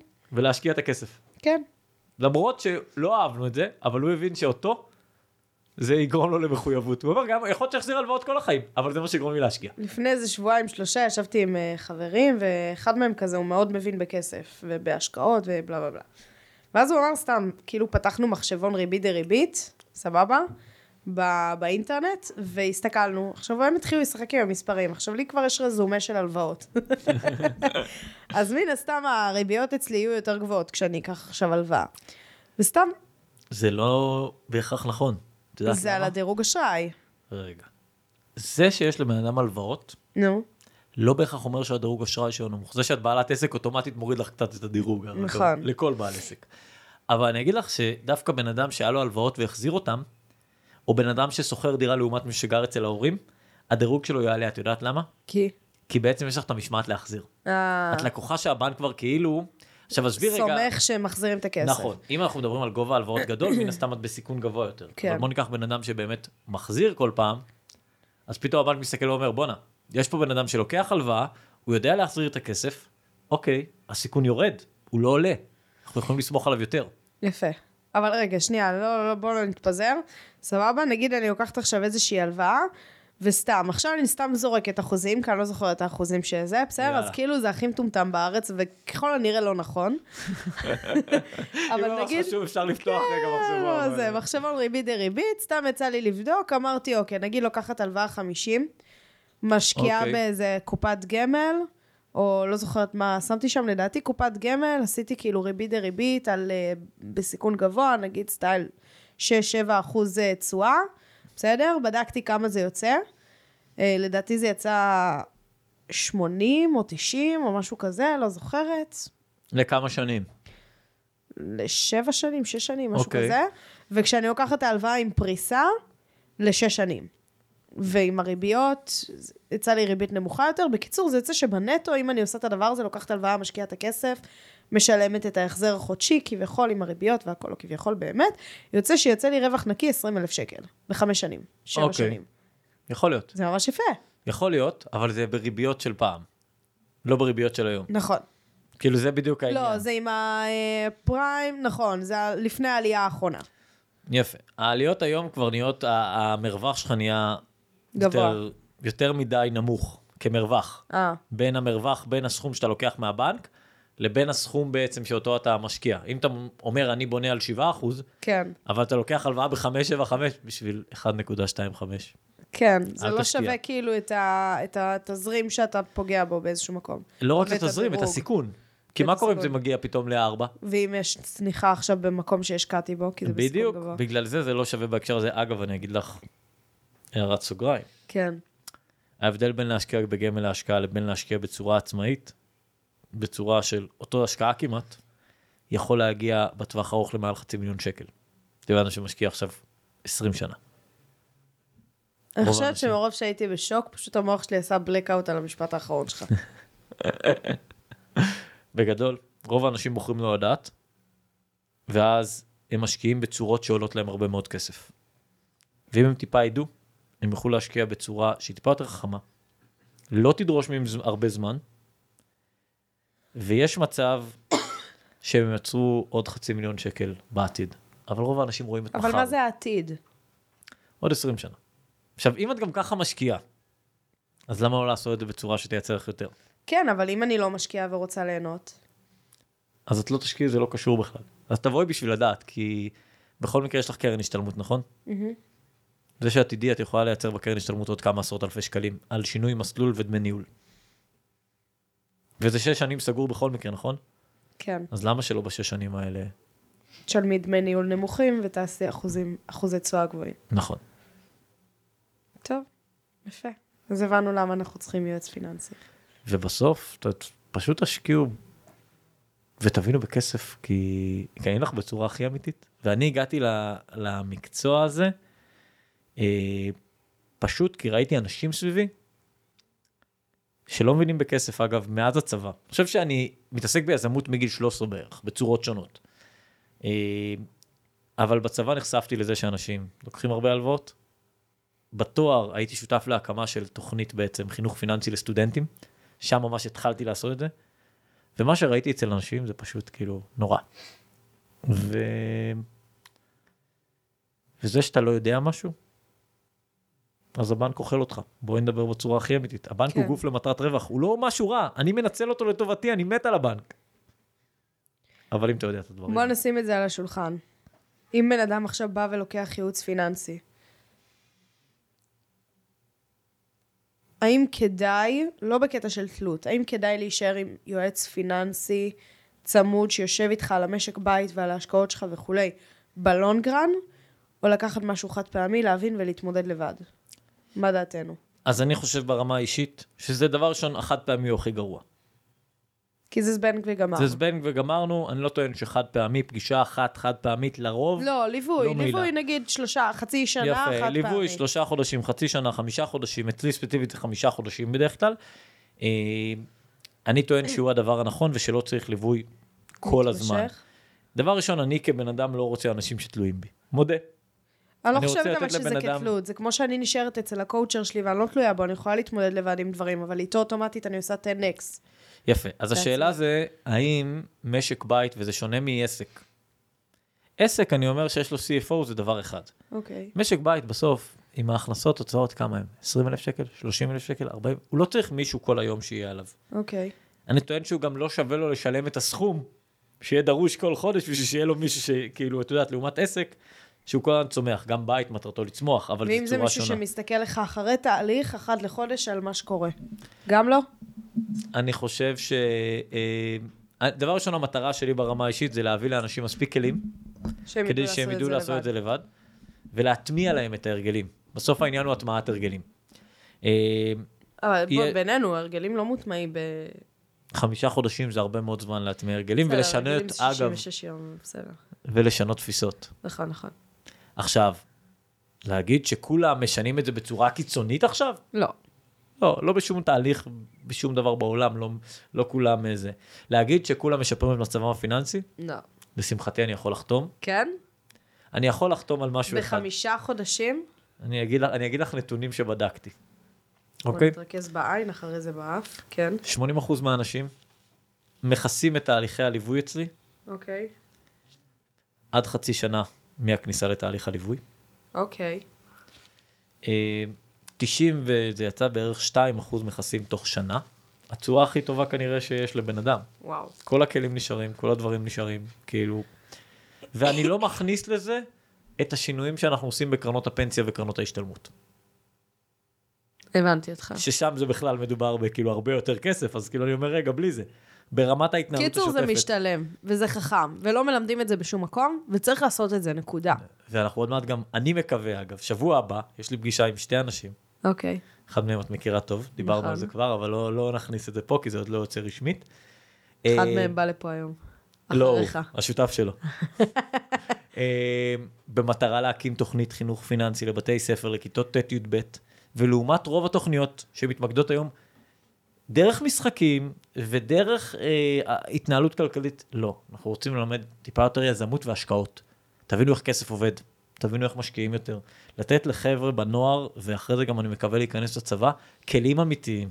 ולהשקיע את הכסף. כן. למרות שלא אהבנו את זה, אבל הוא הבין שאותו זה יגרום לו למחויבות. הוא אומר, גם יכול להיות שיחזיר הלוואות כל החיים, אבל זה מה שיגרום לי להשקיע. לפני איזה שבועיים, 3, ישבתי עם חברים, ואחד מהם כזה, הוא מאוד מבין בכסף, ובהשקעות, ובלה בלה בלה. ואז הוא אמר סתם, כאילו פתחנו מחשבון ריבית דריבית, סבבה? באינטרנט, והסתכלנו. עכשיו, הם התחילו לשחק עם המספרים. עכשיו, לי כבר יש רזומה של הלוואות. אז מן הסתם, הריביות אצלי יהיו יותר גבוהות, כשאני אקח עכשיו הלוואה. וסתם... זה לא בהכרח נכון. זה על הדירוג אשראי. רגע. זה שיש לבן אדם הלוואות, נו. לא בהכרח אומר שהדירוג אשראי שלו נמוך. זה שאת בעלת עסק, אוטומטית מוריד לך קצת את הדירוג. נכון. לכל בעל עסק. אבל אני אגיד לך שדווקא בן אדם שהיה לו הלוואות והחזיר אותם, או בן אדם שסוחר דירה לעומת מי שגר אצל ההורים, הדירוג שלו יעלה, את יודעת למה? כי בעצם יש לך את המשמעת להחזיר. את לקוחה שהבנק כבר כאילו... עכשיו, עזבי רגע... סומך שמחזירים את הכסף. נכון. אם אנחנו מדברים על גובה הלוואות גדול, מן הסתם את בסיכון גבוה יותר. כן. אבל בוא ניקח בן אדם שבאמת מחזיר כל פעם, אז פתאום הבנק מסתכל ואומר, בונה, יש פה בן אדם שלוקח הלוואה, הוא יודע להחזיר את הכסף, אוקיי, הסיכון יורד, הוא לא עולה. אנחנו יכולים לסמוך עליו יותר. יפה. אבל רגע, שנייה, בואו לא נתפזר. סבבה, נגיד אני לוקחת עכשיו איזושהי הלוואה, וסתם, עכשיו אני סתם זורקת אחוזים, כי אני לא זוכרת את האחוזים שזה, בסדר? אז כאילו זה הכי מטומטם בארץ, וככל הנראה לא נכון. אבל נגיד... חשוב, אפשר לפתוח רגע מחשבון. זה, מחשבון ריבית דריבית, סתם יצא לי לבדוק, אמרתי, אוקיי, נגיד לוקחת הלוואה 50, משקיעה באיזה קופת גמל, או לא זוכרת מה, שמתי שם לדעתי קופת גמל, עשיתי כאילו ריבית דריבית בסיכון גבוה, נגיד סטייל 6-7% תשואה, בסדר? בדקתי כמה זה יוצא. לדעתי זה יצא 80 או 90 או משהו כזה, לא זוכרת. לכמה שנים? ל7 שנים, 6 שנים, משהו כזה. וכשאני לוקחת ההלוואה עם פריסה, ל6 שנים. ועם הריביות, יצא לי ריבית נמוכה יותר. בקיצור, זה יצא שבנטו, אם אני עושה את הדבר הזה, לוקחת הלוואה, משקיעה את הכסף, משלמת את ההחזר החודשי, כביכול עם הריביות והכל, או כביכול באמת, יוצא שיוצא לי רווח נקי 20,000 שקל, ב5 שנים, 7 שנים. יכול להיות. זה ממש יפה. יכול להיות, אבל זה בריביות של פעם, לא בריביות של היום. נכון. כאילו זה בדיוק העניין. לא, זה עם הפריים, נכון, זה לפני העלייה האחרונה. יפה. העליות היום כבר נהיות, המרווח שלך נהיה יותר מדי נמוך, כמרווח. בין המרווח, בין הסכום שאתה לוקח מהבנק, לבין הסכום בעצם שאותו אתה משקיע. אם אתה אומר, אני בונה על 7%, כן. אבל אתה לוקח הלוואה ב-5.75 בשביל 1.25. כן, זה לא שווה כאילו את התזרים שאתה פוגע בו באיזשהו מקום. לא רק את התזרים, את הסיכון. כי מה קורה אם זה מגיע פתאום ל4? ואם יש צניחה עכשיו במקום שהשקעתי בו, כי זה בסיכון גבוה. בדיוק, בגלל זה לא שווה בהקשר הזה. אגב, אני אגיד לך, הערת סוגריים. כן. ההבדל בין להשקיע בגמל להשקעה לבין להשקיע בצורה עצמאית, בצורה של אותו השקעה כמעט, יכול להגיע בטווח ארוך למעל 500,000 שקל. תראינו שמשקיע עכשיו 20 שנה. אני חושבת שמרוב שהייתי בשוק, פשוט המוח שלי עשה בלקאוט על המשפט האחרון שלך. בגדול, רוב האנשים בוחרים לא לדעת, ואז הם משקיעים בצורות שעולות להם הרבה מאוד כסף. ואם הם טיפה ידעו, הם יוכלו להשקיע בצורה שהיא טיפה יותר חכמה, לא תדרוש מהם הרבה זמן, ויש מצב שהם יצרו עוד 500,000 שקל בעתיד. אבל רוב האנשים רואים את מחר. אבל מה זה העתיד? עוד 20 שנה. עכשיו, אם את גם ככה משקיעה, אז למה לא לעשות את זה בצורה שתייצר לך יותר? כן, אבל אם אני לא משקיעה ורוצה ליהנות. אז את לא תשקיעי, זה לא קשור בכלל. אז תבואי בשביל לדעת, כי בכל מקרה יש לך קרן השתלמות, נכון? זה שעתידי, את יכולה לייצר בקרן השתלמות עוד כמה עשרות אלפי שקלים, על שינוי מסלול ודמי ניהול. וזה 6 שנים סגור בכל מקרה, נכון? כן. אז למה שלא ב6 שנים האלה? תשלמי דמי ניהול נמוכים ותעשי אחוזי תשואה גבוהים. נכון. טוב, יפה. אז הבנו למה אנחנו צריכים יועץ פיננסי. ובסוף, פשוט תשקיעו ותבינו בכסף, כי אין לך בצורה הכי אמיתית. ואני הגעתי למקצוע הזה, פשוט כי ראיתי אנשים סביבי, שלא מבינים בכסף, אגב, מאז הצבא. אני חושב שאני מתעסק ביזמות מגיל 13 בערך, בצורות שונות. אבל בצבא נחשפתי לזה שאנשים לוקחים הרבה הלוואות. בתואר הייתי שותף להקמה של תוכנית בעצם, חינוך פיננסי לסטודנטים. שם ממש התחלתי לעשות את זה. ומה שראיתי אצל אנשים זה פשוט כאילו נורא. וזה שאתה לא יודע משהו, אז הבנק אוכל אותך. בואי נדבר בצורה הכי אמיתית. הבנק הוא גוף למטרת רווח, הוא לא משהו רע, אני מנצל אותו לטובתי, אני מת על הבנק. אבל אם אתה יודע את הדברים. בוא נשים את זה על השולחן. אם בן אדם עכשיו בא ולוקח ייעוץ פיננסי, האם כדאי, לא בקטע של תלות, האם כדאי להישאר עם יועץ פיננסי צמוד שיושב איתך על המשק בית ועל ההשקעות שלך וכולי, בלונגרן, או לקחת משהו חד פעמי, להבין ולהתמודד לבד? מה דעתנו? אז אני חושב ברמה האישית, שזה דבר ראשון, החד פעמי הוא הכי גרוע. כי זה זבנג וגמרנו. זה זבנג וגמרנו, אני לא טוען שחד פעמי, פגישה אחת חד פעמית לרוב. לא, ליווי, ליווי נגיד חצי שנה, חד פעמי. יפה, ליווי 3 חודשים, חצי שנה, 5 חודשים, אצלי ספציפית זה 5 חודשים בדרך כלל. אני טוען שהוא הדבר הנכון ושלא צריך ליווי כל הזמן. דבר ראשון, אני כבן אדם לא רוצה אנשים שתלויים בי. מודה. אני לא חושבת אבל שזה כתלות, זה כמו שאני נשארת אצל הקואוצ'ר שלי ואני לא תלויה בו, אני יכולה להתמודד לבד עם דברים, אבל איתו אוטומטית אני עושה 10x. יפה, אז השאלה זה, האם משק בית, וזה שונה מעסק. עסק, אני אומר שיש לו CFO, זה דבר אחד. אוקיי. משק בית בסוף, עם ההכנסות, הוצאות, כמה הם? 20,000 שקל? 30,000 שקל? 40? הוא לא צריך מישהו כל היום שיהיה עליו. אוקיי. אני טוען שהוא גם לא שווה לו לשלם את הסכום, שיהיה דרוש כל חודש, בשביל שיהיה לו מישהו שכאילו, את יודעת, לעומת עסק, שהוא כל הזמן צומח, גם בית מטרתו לצמוח, אבל זו צורה שונה. ואם זה מישהו שמסתכל לך אחרי תהליך, אחד לחודש על מה שקורה. גם לא? אני חושב דבר ראשון, המטרה שלי ברמה האישית, זה להביא לאנשים מספיק כלים, כדי שהם ידעו לעשות את זה לבד, ולהטמיע להם את ההרגלים. בסוף העניין הוא הטמעת הרגלים. אבל בינינו, הרגלים לא מוטמעים 5 חודשים זה הרבה מאוד זמן להטמיע הרגלים, ולשנות, אגב, 66 יום, בסדר. ולשנות תפיסות. נכון, נכון. עכשיו, להגיד שכולם משנים את זה בצורה קיצונית עכשיו? לא. לא בשום תהליך, בשום דבר בעולם, לא כולם זה. להגיד שכולם משפרים את מצבם הפיננסי? לא. לשמחתי אני יכול לחתום. כן? אני יכול לחתום על משהו אחד. ב5 חודשים? אני אגיד לך נתונים שבדקתי. אוקיי? נתרכז בעין, אחרי זה באף, כן. 80% מהאנשים מכסים את תהליכי הליווי אצלי. אוקיי. עד חצי שנה מהכניסה לתהליך הליווי. אוקיי. 90 וזה יצא בערך 2% מכסים תוך שנה. הצורה הכי טובה כנראה שיש לבן אדם. וואו. כל הכלים נשארים, כל הדברים נשארים, כאילו. ואני לא מכניס לזה את השינויים שאנחנו עושים בקרנות הפנסיה וקרנות ההשתלמות. הבנתי אותך. ששם זה בכלל מדובר בכאילו הרבה יותר כסף, אז כאילו אני אומר רגע, בלי זה. ברמת ההתנהלות השוטפת. קיצור זה משתלם, וזה חכם, ולא מלמדים את זה בשום מקום, וצריך לעשות את זה, נקודה. ואנחנו עוד מעט גם, אני מקווה אגב, שבוע הבא, יש לי פגישה עם 2 אנשים. אוקיי. אחד מהם את מכירה טוב, דיברנו על זה כבר, אבל לא נכניס את זה פה, כי זה עוד לא יוצא רשמית. אחד מהם בא לפה היום. לא, השותף שלו. במטרה להקים תוכנית חינוך פיננסי לבתי ספר, לכיתות ט'-י"ב, ולעומת רוב התוכניות שמתמקדות היום, דרך משחקים ודרך התנהלות כלכלית, לא. אנחנו רוצים ללמד טיפה יותר יזמות והשקעות. תבינו איך כסף עובד, תבינו איך משקיעים יותר. לתת לחבר'ה בנוער, ואחרי זה גם אני מקווה להיכנס לצבא, כלים אמיתיים.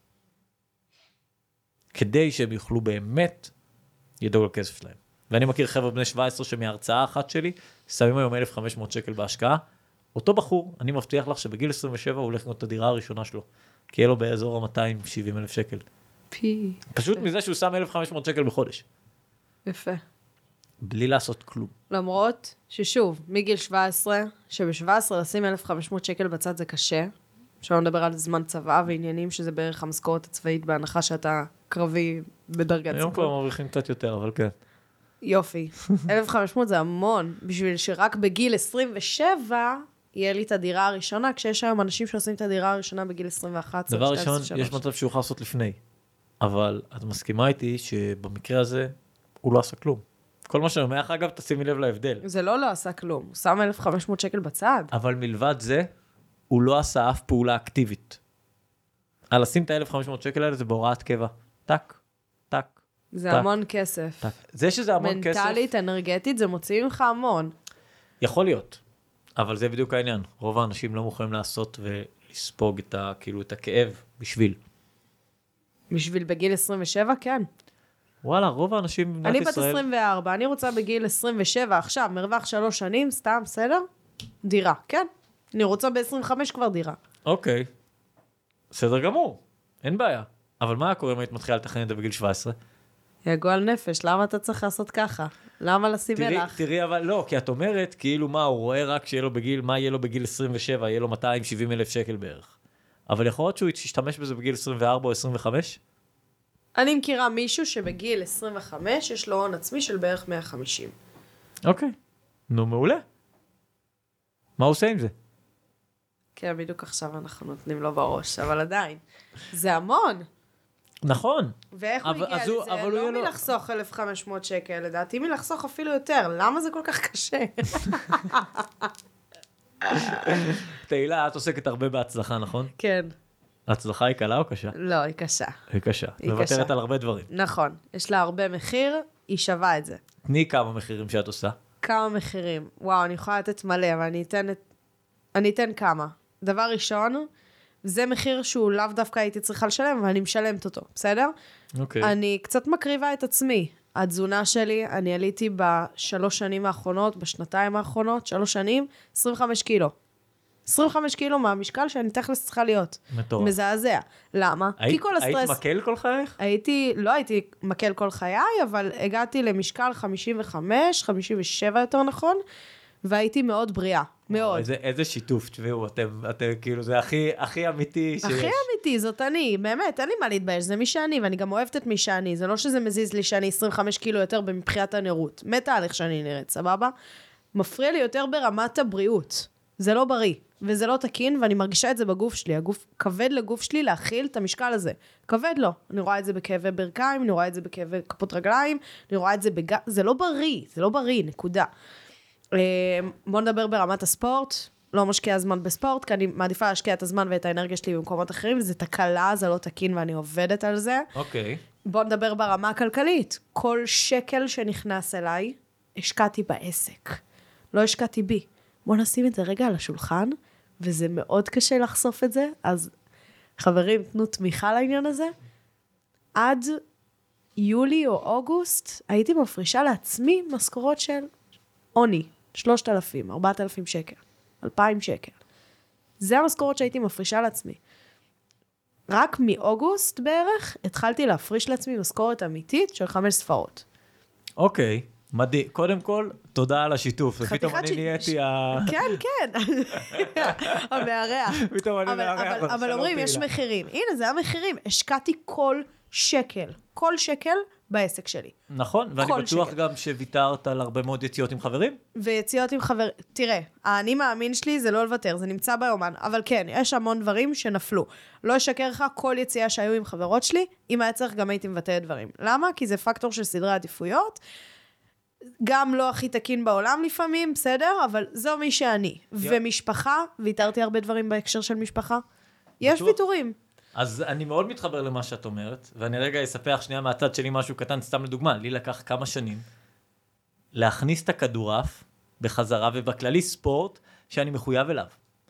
כדי שהם יוכלו באמת ידעו לכסף שלהם. ואני מכיר חבר'ה בני 17 שמהרצאה אחת שלי, שמים היום 1,500 שקל בהשקעה. אותו בחור, אני מבטיח לך שבגיל 27 הוא הולך לקנות את הדירה הראשונה שלו. כי יהיה לו באזור ה-270,000 שקל. פשוט מזה שהוא שם 1,500 שקל בחודש. יפה. בלי לעשות כלום. למרות ששוב, מגיל 17, שב-17 לשים 1,500 שקל בצד זה קשה. אפשר לדבר על זמן צבא ועניינים שזה בערך המשכורת הצבאית, בהנחה שאתה קרבי בדרגת סיפור. היום כבר מרוויחים קצת יותר, אבל כן. יופי. 1,500 זה המון, בשביל שרק בגיל 27 יהיה לי את הדירה הראשונה, כשיש היום אנשים שעושים את הדירה הראשונה בגיל 21. דבר ראשון, יש מצב שהוא יכול לעשות לפני. אבל את מסכימה איתי שבמקרה הזה הוא לא עשה כלום. כל מה שאני אומר לך, אגב, תשימי לב להבדל. זה לא עשה כלום. הוא שם 1,500 שקל בצד. אבל מלבד זה, הוא לא עשה אף פעולה אקטיבית. על לשים את ה-1,500 שקל האלה זה בהוראת קבע. טק, טק. זה המון כסף. טק. זה שזה המון כסף. מנטלית, אנרגטית, זה מוציא ממך המון. יכול להיות. אבל זה בדיוק העניין. רוב האנשים לא מוכנים לעשות ולספוג את הכאב בשביל. בשביל בגיל 27, כן. וואלה, רוב האנשים במדינת ישראל... אני בת 24, אני רוצה בגיל 27 עכשיו, מרווח 3 שנים, סתם, בסדר? דירה, כן. אני רוצה ב-25 כבר דירה. אוקיי. בסדר גמור. אין בעיה. אבל מה קורה אם היית מתחילה לתכנן את זה בגיל 17? יגועל נפש, למה אתה צריך לעשות ככה? למה לשים מלח? תראי, אבל לא, כי את אומרת, כאילו מה, הוא רואה רק שיהיה לו בגיל, מה יהיה לו בגיל 27? יהיה לו 270,000 שקל בערך. אבל יכול להיות שהוא ישתמש בזה בגיל 24 או 25? אני מכירה מישהו שבגיל 25 יש לו הון עצמי של בערך 150. אוקיי. נו, מעולה. מה הוא עושה עם זה? כן, בדיוק עכשיו אנחנו נותנים לו בראש, אבל עדיין. זה המון. נכון. ואיך הוא הגיע לזה? לא מלחסוך 1,500 שקל, לדעתי מלחסוך אפילו יותר. למה זה כל כך קשה? תהילה, את עוסקת הרבה בהצלחה, נכון? כן. ההצלחה היא קלה או קשה? לא, היא קשה. היא קשה. מוותרת על הרבה דברים. נכון. יש לה הרבה מחיר, היא שווה את זה. תני כמה מחירים שאת עושה. כמה מחירים. וואו, אני יכולה לתת מלא, אבל אני אתן כמה. דבר ראשון, זה מחיר שהוא לאו דווקא הייתי צריכה לשלם, אבל אני משלמת אותו, בסדר? אוקיי. אני קצת מקריבה את עצמי. התזונה שלי, אני עליתי בשלוש שנים האחרונות, בשנתיים האחרונות, 3 שנים, 25 קילו. 25 קילו מהמשקל שאני תכלס צריכה להיות. מטורף. מזעזע. למה? כי כל הסטרס... היית מקל כל חייך? לא הייתי מקל כל חיי, אבל הגעתי למשקל 55, 57 יותר נכון, והייתי מאוד בריאה. מאוד. איזה שיתוף, תביאו, אתם כאילו, זה הכי אמיתי שיש. הכי אמיתי, זאת אני, באמת, אין לי מה להתבייש, זה מי שאני, ואני גם אוהבת את מי שאני, זה לא שזה מזיז לי שאני 25 קילו יותר מבחינת הנראות, מתה על איך שאני נראית, סבבה? מפריע לי יותר ברמת הבריאות, זה לא בריא, וזה לא תקין, ואני מרגישה את זה בגוף שלי, הגוף כבד לגוף שלי להכיל את המשקל הזה, כבד לו, אני רואה את זה בכאבי ברכיים, אני רואה את זה בכאבי כפות רגליים, אני רואה את זה זה לא בריא, זה לא בריא, נקודה. בוא נדבר ברמת הספורט, לא משקיע זמן בספורט, כי אני מעדיפה להשקיע את הזמן ואת האנרגיה שלי במקומות אחרים, וזה תקלה, זה לא תקין ואני עובדת על זה. אוקיי. בוא נדבר ברמה הכלכלית. כל שקל שנכנס אליי, השקעתי בעסק. לא השקעתי בי. בוא נשים את זה רגע על השולחן, וזה מאוד קשה לחשוף את זה, אז חברים, תנו תמיכה לעניין הזה. עד יולי או אוגוסט, הייתי מפרישה לעצמי משכורות של עוני, 3,000, 4,000 שקל, 2,000 שקל. זה המשכורות שהייתי מפרישה לעצמי. רק מאוגוסט בערך, התחלתי להפריש לעצמי משכורת אמיתית של 5 ספרות. אוקיי, מדהים. קודם כל, תודה על השיתוף. ופתאום אני נהייתי כן, כן. המארח. פתאום אני מארח. אבל אומרים, יש מחירים. הנה, זה המחירים. השקעתי כל שקל בעסק שלי. נכון, ואני בטוח גם שוויתרת על הרבה מאוד יציאות עם חברים. ויציאות עם חברים, תראה, האני מאמין שלי זה לא לוותר, זה נמצא ביומן, אבל כן, יש המון דברים שנפלו. לא אשקר לך, כל יציאה שהיו עם חברות שלי, אם היה צריך גם הייתי מבטאת דברים. למה? כי זה פקטור של סדרי עדיפויות, גם לא הכי תקין בעולם לפעמים, בסדר? אבל זו מי שאני. ומשפחה, ויתרתי הרבה דברים בהקשר של משפחה, יש ויתורים. אז אני מאוד מתחבר למה שאת אומרת, ואני רגע אספח שנייה מהצד שלי משהו קטן, סתם לדוגמה, לי לקח כמה שנים להכניס את הכדורעף בחזרה, ובכללי ספורט שאני מחויב אליו.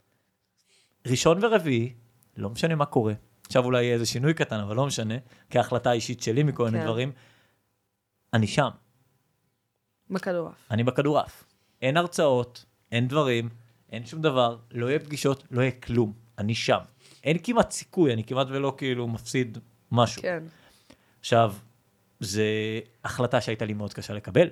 ראשון ורביעי, לא משנה מה קורה, עכשיו אולי יהיה איזה שינוי קטן, אבל לא משנה, כהחלטה אישית שלי מכל מיני דברים, אני שם. בכדורעף. אני בכדורעף. אין הרצאות, אין דברים, אין שום דבר, לא יהיה פגישות, לא יהיה כלום. אני שם. אין כמעט סיכוי, אני כמעט ולא כאילו מפסיד משהו. כן. עכשיו, זו החלטה שהייתה לי מאוד קשה לקבל.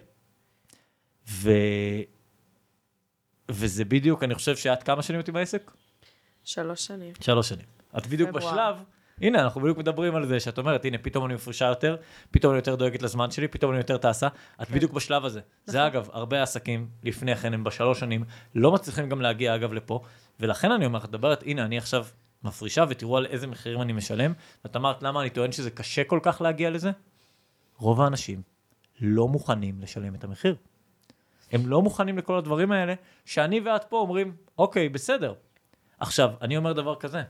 וזה בדיוק, אני חושב שאת כמה שנים אותי בעסק? 3 שנים. 3 שנים. את בדיוק בשלב, הנה, אנחנו בדיוק מדברים על זה, שאת אומרת, הנה, פתאום אני מפרישה יותר, פתאום אני יותר דואגת לזמן שלי, פתאום אני יותר טסה, את בדיוק בשלב הזה. זה אגב, הרבה עסקים לפני כן, הם ב3 שנים, לא מצליחים גם להגיע אגב לפה, ולכן אני אומר, את מדברת, הנה, אני עכשיו מפרישה, ותראו על איזה מחירים אני משלם, ואת אמרת, למה אני טוען שזה קשה כל כך להגיע לזה? רוב האנשים לא מוכנים לשלם את המחיר. הם לא מוכנים לכל הדברים האלה, שאני ואת פה אומרים, אוקיי, בסדר. עכשיו, אני אומר דבר כזה,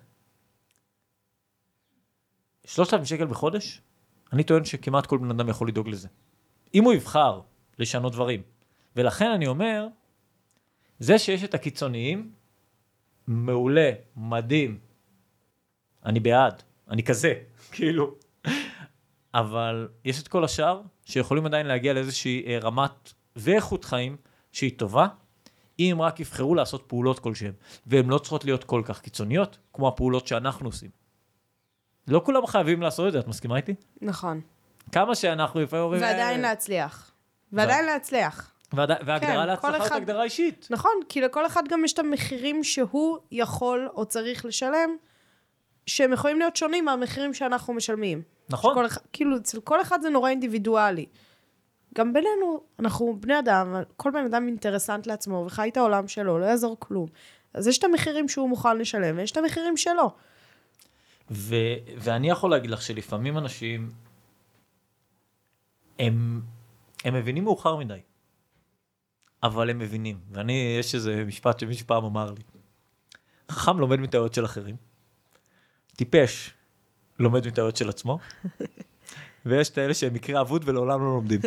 3,000 שקל בחודש, אני טוען שכמעט כל בן אדם יכול לדאוג לזה. אם הוא יבחר לשנות דברים. ולכן אני אומר, זה שיש את הקיצוניים, מעולה, מדהים, אני בעד, אני כזה, כאילו. אבל יש את כל השאר, שיכולים עדיין להגיע לאיזושהי רמת ואיכות חיים שהיא טובה, אם רק יבחרו לעשות פעולות כלשהם, והן לא צריכות להיות כל כך קיצוניות, כמו הפעולות שאנחנו עושים. לא כולם חייבים לעשות את זה, את מסכימה איתי? נכון. כמה שאנחנו לפעמים אומרים... ועדיין להצליח. ועדיין להצליח. והגדרה להצלחה את הגדרה אישית. נכון, כי לכל אחד גם יש את המחירים שהוא יכול או צריך לשלם, שהם יכולים להיות שונים מהמחירים שאנחנו משלמים. נכון. כאילו, אצל כל אחד זה נורא אינדיבידואלי. גם בינינו, אנחנו בני אדם, כל בן אדם אינטרסנט לעצמו, וחי את העולם שלו, לא יעזור כלום. אז יש את המחירים שהוא מוכן לשלם, ויש את המחירים שלו. ואני יכול להגיד לך שלפעמים אנשים, הם מבינים מאוחר מדי. אבל הם מבינים. יש איזה משפט שמישהו פעם אמר לי. חכם לומד מטעויות של אחרים. טיפש לומד מטעויות של עצמו. ויש את האלה שהם מקרה אבוד ולעולם לא לומדים.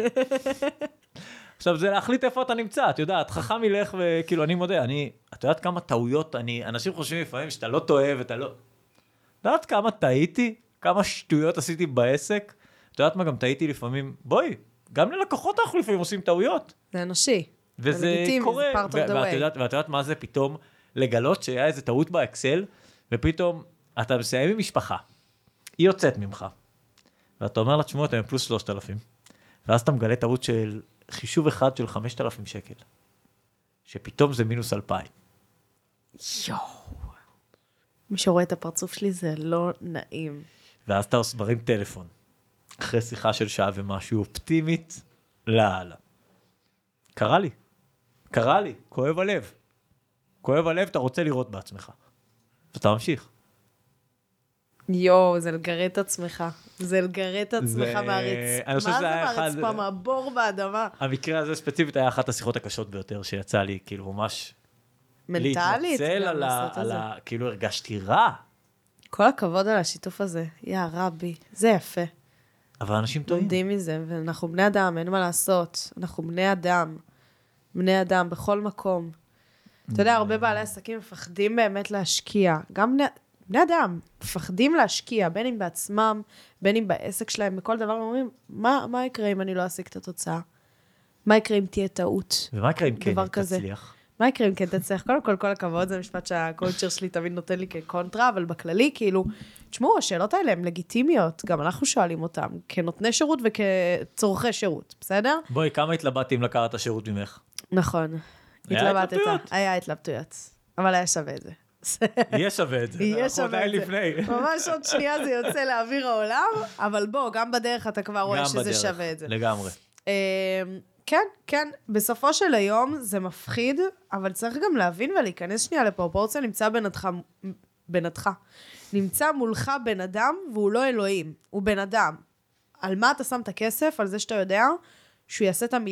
עכשיו, זה להחליט איפה אתה נמצא, את יודעת, חכם ילך וכאילו, אני מודה, את יודעת כמה טעויות, אנשים חושבים לפעמים שאתה לא טועה ואתה לא... את יודעת כמה טעיתי? כמה שטויות עשיתי בעסק? את יודעת מה, גם טעיתי לפעמים, בואי, גם ללקוחות אנחנו לפעמים עושים טעויות. זה אנושי. וזה קורה, ואת יודעת מה זה פתאום לגלות שהיה איזה טעות באקסל, ופתאום אתה מסיים עם משפחה, היא יוצאת ממך, ואתה אומר לה, תשמעו, אתם פלוס 3,000, ואז אתה מגלה טעות של חישוב אחד של 5,000 שקל, שפתאום זה מינוס 2,000. יואו. מי שרואה את הפרצוף שלי זה לא נעים. ואז אתה מרים טלפון, אחרי שיחה של שעה ומשהו, אופטימית, להלאה. קרה לי, כואב הלב, אתה רוצה לראות בעצמך. ואתה ממשיך. יואו, זה לגרד את עצמך. מהרצפה. מה זה מהרצפה? מהבור באדמה. המקרה הזה ספציפית היה אחת השיחות הקשות ביותר שיצא לי, כאילו ממש... מנטלית. להתנצל כאילו הרגשתי רע. כל הכבוד על השיתוף הזה. יא רבי, זה יפה. אבל אנשים טועים. לומדים מזה, ואנחנו בני אדם, אין מה לעשות. אנחנו בני אדם בכל מקום. אתה יודע, הרבה בעלי עסקים מפחדים באמת להשקיע. גם בני אדם מפחדים להשקיע, בין אם בעצמם, בין אם בעסק שלהם, בכל דבר, אומרים, מה יקרה אם אני לא אשיג את התוצאה? מה יקרה אם תהיה טעות? ומה יקרה אם כן תצליח? מה יקרה אם כן תצליח? קודם כל הכבוד, זה משפט שהקואוצ'ר שלי תמיד נותן לי כקונטרה, אבל בכללי, כאילו, תשמעו, השאלות האלה הן לגיטימיות, גם אנחנו שואלים אותם, כנותני שירות וכצורכי שירות, בסדר? בואי, כמה התלבטתי אם לקחת את השירות ממך? נכון. היה התלבטויות. אבל היה שווה את זה. יהיה שווה את זה. אנחנו עדיין לפני. ממש עוד שנייה זה יוצא לאוויר העולם, אבל בוא, גם בדרך אתה כבר רואה שזה שווה את זה. לגמרי. כן, בסופו של היום זה מפחיד, אבל צריך גם להבין ולהיכנס שנייה לפרופורציה, נמצא נמצא מולך בן אדם, והוא לא אלוהים, הוא בן אדם. על מה אתה שם את הכסף? על זה שאתה יודע שהוא יעשה את 1,000,000%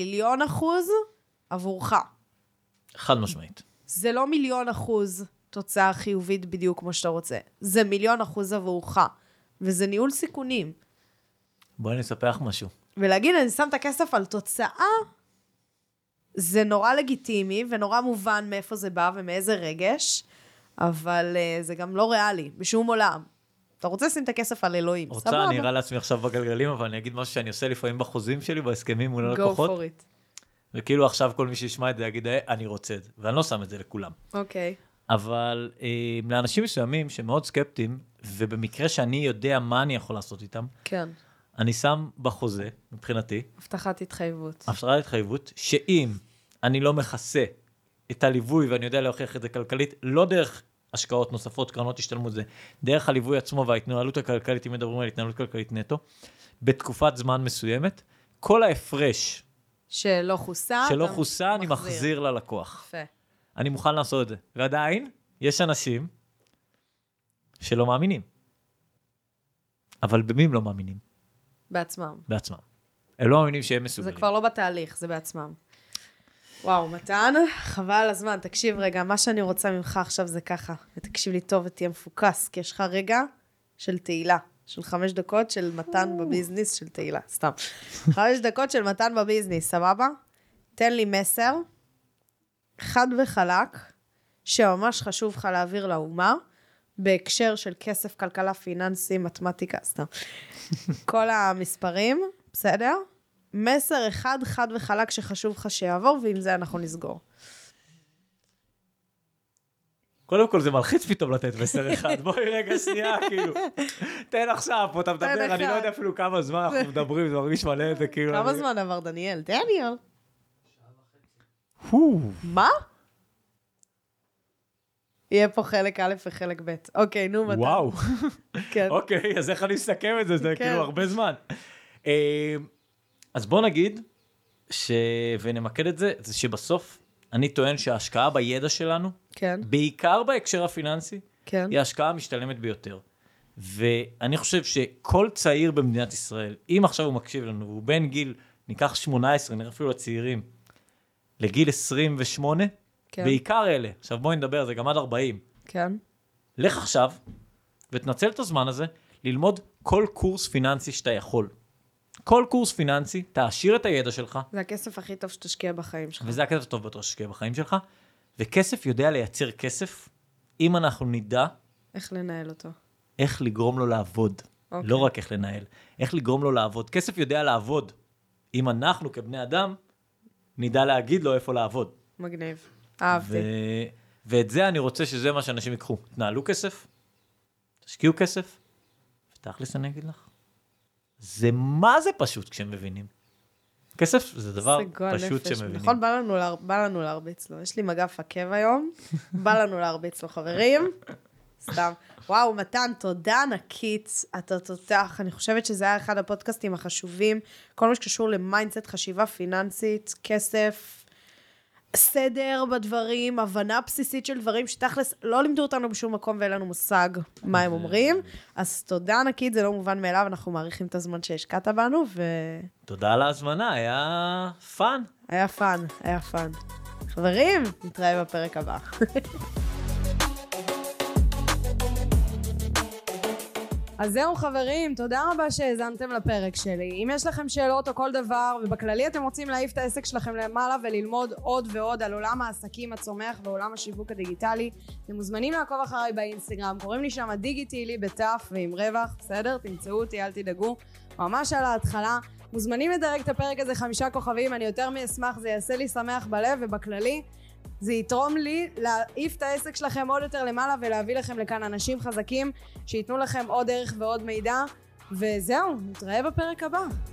עבורך. חד משמעית. זה לא 1,000,000% תוצאה חיובית בדיוק כמו שאתה רוצה. זה 1,000,000% עבורך. וזה ניהול סיכונים. בואי נספר לך משהו. ולהגיד, אני שם את הכסף על תוצאה, זה נורא לגיטימי, ונורא מובן מאיפה זה בא ומאיזה רגש, אבל זה גם לא ריאלי, בשום עולם. אתה רוצה לשים את הכסף על אלוהים, סבבה. רוצה, אני אראה לעצמי עכשיו בגלגלים, אבל אני אגיד משהו שאני עושה לפעמים בחוזים שלי, בהסכמים מול הלקוחות. Go for it. וכאילו עכשיו כל מי שישמע את זה יגיד, אני רוצה את זה, ואני לא שם את זה לכולם. אוקיי. אבל לאנשים מסוימים שמאוד סקפטיים, ובמקרה שאני יודע מה אני יכול לעשות איתם, כן. אני שם בחוזה, מבחינתי, הבטחת התחייבות, שאם אני לא מכסה את הליווי, ואני יודע להוכיח את זה כלכלית, לא דרך השקעות נוספות, קרנות השתלמות זה, דרך הליווי עצמו וההתנהלות הכלכלית, אם מדברים על התנהלות כלכלית נטו, בתקופת זמן מסוימת, כל ההפרש שלא חוסה, אני מחזיר ללקוח. יפה. אני מוכן לעשות את זה. ועדיין, יש אנשים שלא מאמינים. אבל במי הם לא מאמינים? בעצמם. הם לא מאמינים שהם מסוגלים. זה כבר לא בתהליך, זה בעצמם. וואו, מתן, חבל על הזמן. תקשיב רגע, מה שאני רוצה ממך עכשיו זה ככה. ותקשיב לי טוב ותהיה מפוקס, כי יש לך רגע של תהילה. של 5 דקות של מתן בביזנס של תהילה. סתם. 5 דקות של מתן בביזנס, סבבה? תן לי מסר, חד וחלק, שממש חשוב לך להעביר לאומה, בהקשר של כסף, כלכלה, פיננסי, מתמטיקה, סתם. כל המספרים, בסדר? מסר אחד, חד וחלק שחשוב לך שיעבור, ועם זה אנחנו נסגור. קודם כל זה מלחיץ פתאום לתת מסר אחד, בואי רגע שנייה, כאילו, תן עכשיו, פה אתה מדבר, אני לא יודע אפילו כמה זמן אנחנו מדברים, זה מרגיש מלא, זה כאילו... כמה זמן עבר דניאל? דניאל. מה? יהיה פה חלק א' וחלק ב'. אוקיי, נו, מתי? וואו. כן. אוקיי, אז איך אני אסכם את זה? זה כאילו הרבה זמן. אז בוא נגיד, ונמקד את זה, זה שבסוף אני טוען שההשקעה בידע שלנו, כן. בעיקר בהקשר הפיננסי, כן. היא ההשקעה המשתלמת ביותר. ואני חושב שכל צעיר במדינת ישראל, אם עכשיו הוא מקשיב לנו, והוא בין גיל, ניקח 18, נראה אפילו לצעירים, לגיל 28, כן. בעיקר אלה, עכשיו בואי נדבר על זה, גם עד 40. כן. לך עכשיו, ותנצל את הזמן הזה, ללמוד כל קורס פיננסי שאתה יכול. כל קורס פיננסי, תעשיר את הידע שלך. זה הכסף הכי טוב שתשקיע בחיים שלך. וזה הכסף הטוב ביותר שתשקיע בחיים שלך. וכסף יודע לייצר כסף, אם אנחנו נדע... איך לנהל אותו. איך לגרום לו לעבוד. אוקיי. לא רק איך לנהל. איך לגרום לו לעבוד. כסף יודע לעבוד. אם אנחנו כבני אדם, נדע להגיד לו איפה לעבוד. מגניב. אהבתי. ואת זה אני רוצה שזה מה שאנשים יקחו. תנהלו כסף, תשקיעו כסף, ותכלס אני אגיד לך. זה מה זה פשוט כשהם מבינים. כסף זה דבר פשוט שמבינים. נכון, בא לנו להרביץ לו. יש לי מגף עקב היום, בא לנו להרביץ לו, חברים. סתם. וואו, מתן, תודה ענקית, אתה תותח. אני חושבת שזה היה אחד הפודקאסטים החשובים. כל מה שקשור למיינדסט, חשיבה פיננסית, כסף, סדר בדברים, הבנה בסיסית של דברים שתכלס לא לימדו אותנו בשום מקום ואין לנו מושג מה הם אומרים. אז תודה ענקית, זה לא מובן מאליו, אנחנו מעריכים את הזמן שהשקעת בנו תודה על ההזמנה, היה פאן. היה פאן. חברים, נתראה בפרק הבא. אז זהו חברים, תודה רבה שהאזנתם לפרק שלי. אם יש לכם שאלות או כל דבר, ובכללי אתם רוצים להעיף את העסק שלכם למעלה וללמוד עוד ועוד על עולם העסקים הצומח ועולם השיווק הדיגיטלי, אתם מוזמנים לעקוב אחריי באינסטגרם, קוראים לי שם דיגיטילי בתף ועם רווח, בסדר? תמצאו אותי, אל תדאגו. ממש על ההתחלה. מוזמנים לדרג את הפרק הזה 5 כוכבים, אני יותר מאשמח, זה יעשה לי שמח בלב, ובכללי זה יתרום לי להעיף את העסק שלכם עוד יותר למעלה ולהביא לכם לכאן אנשים חזקים שיתנו לכם עוד ערך ועוד מידע. וזהו, נתראה בפרק הבא.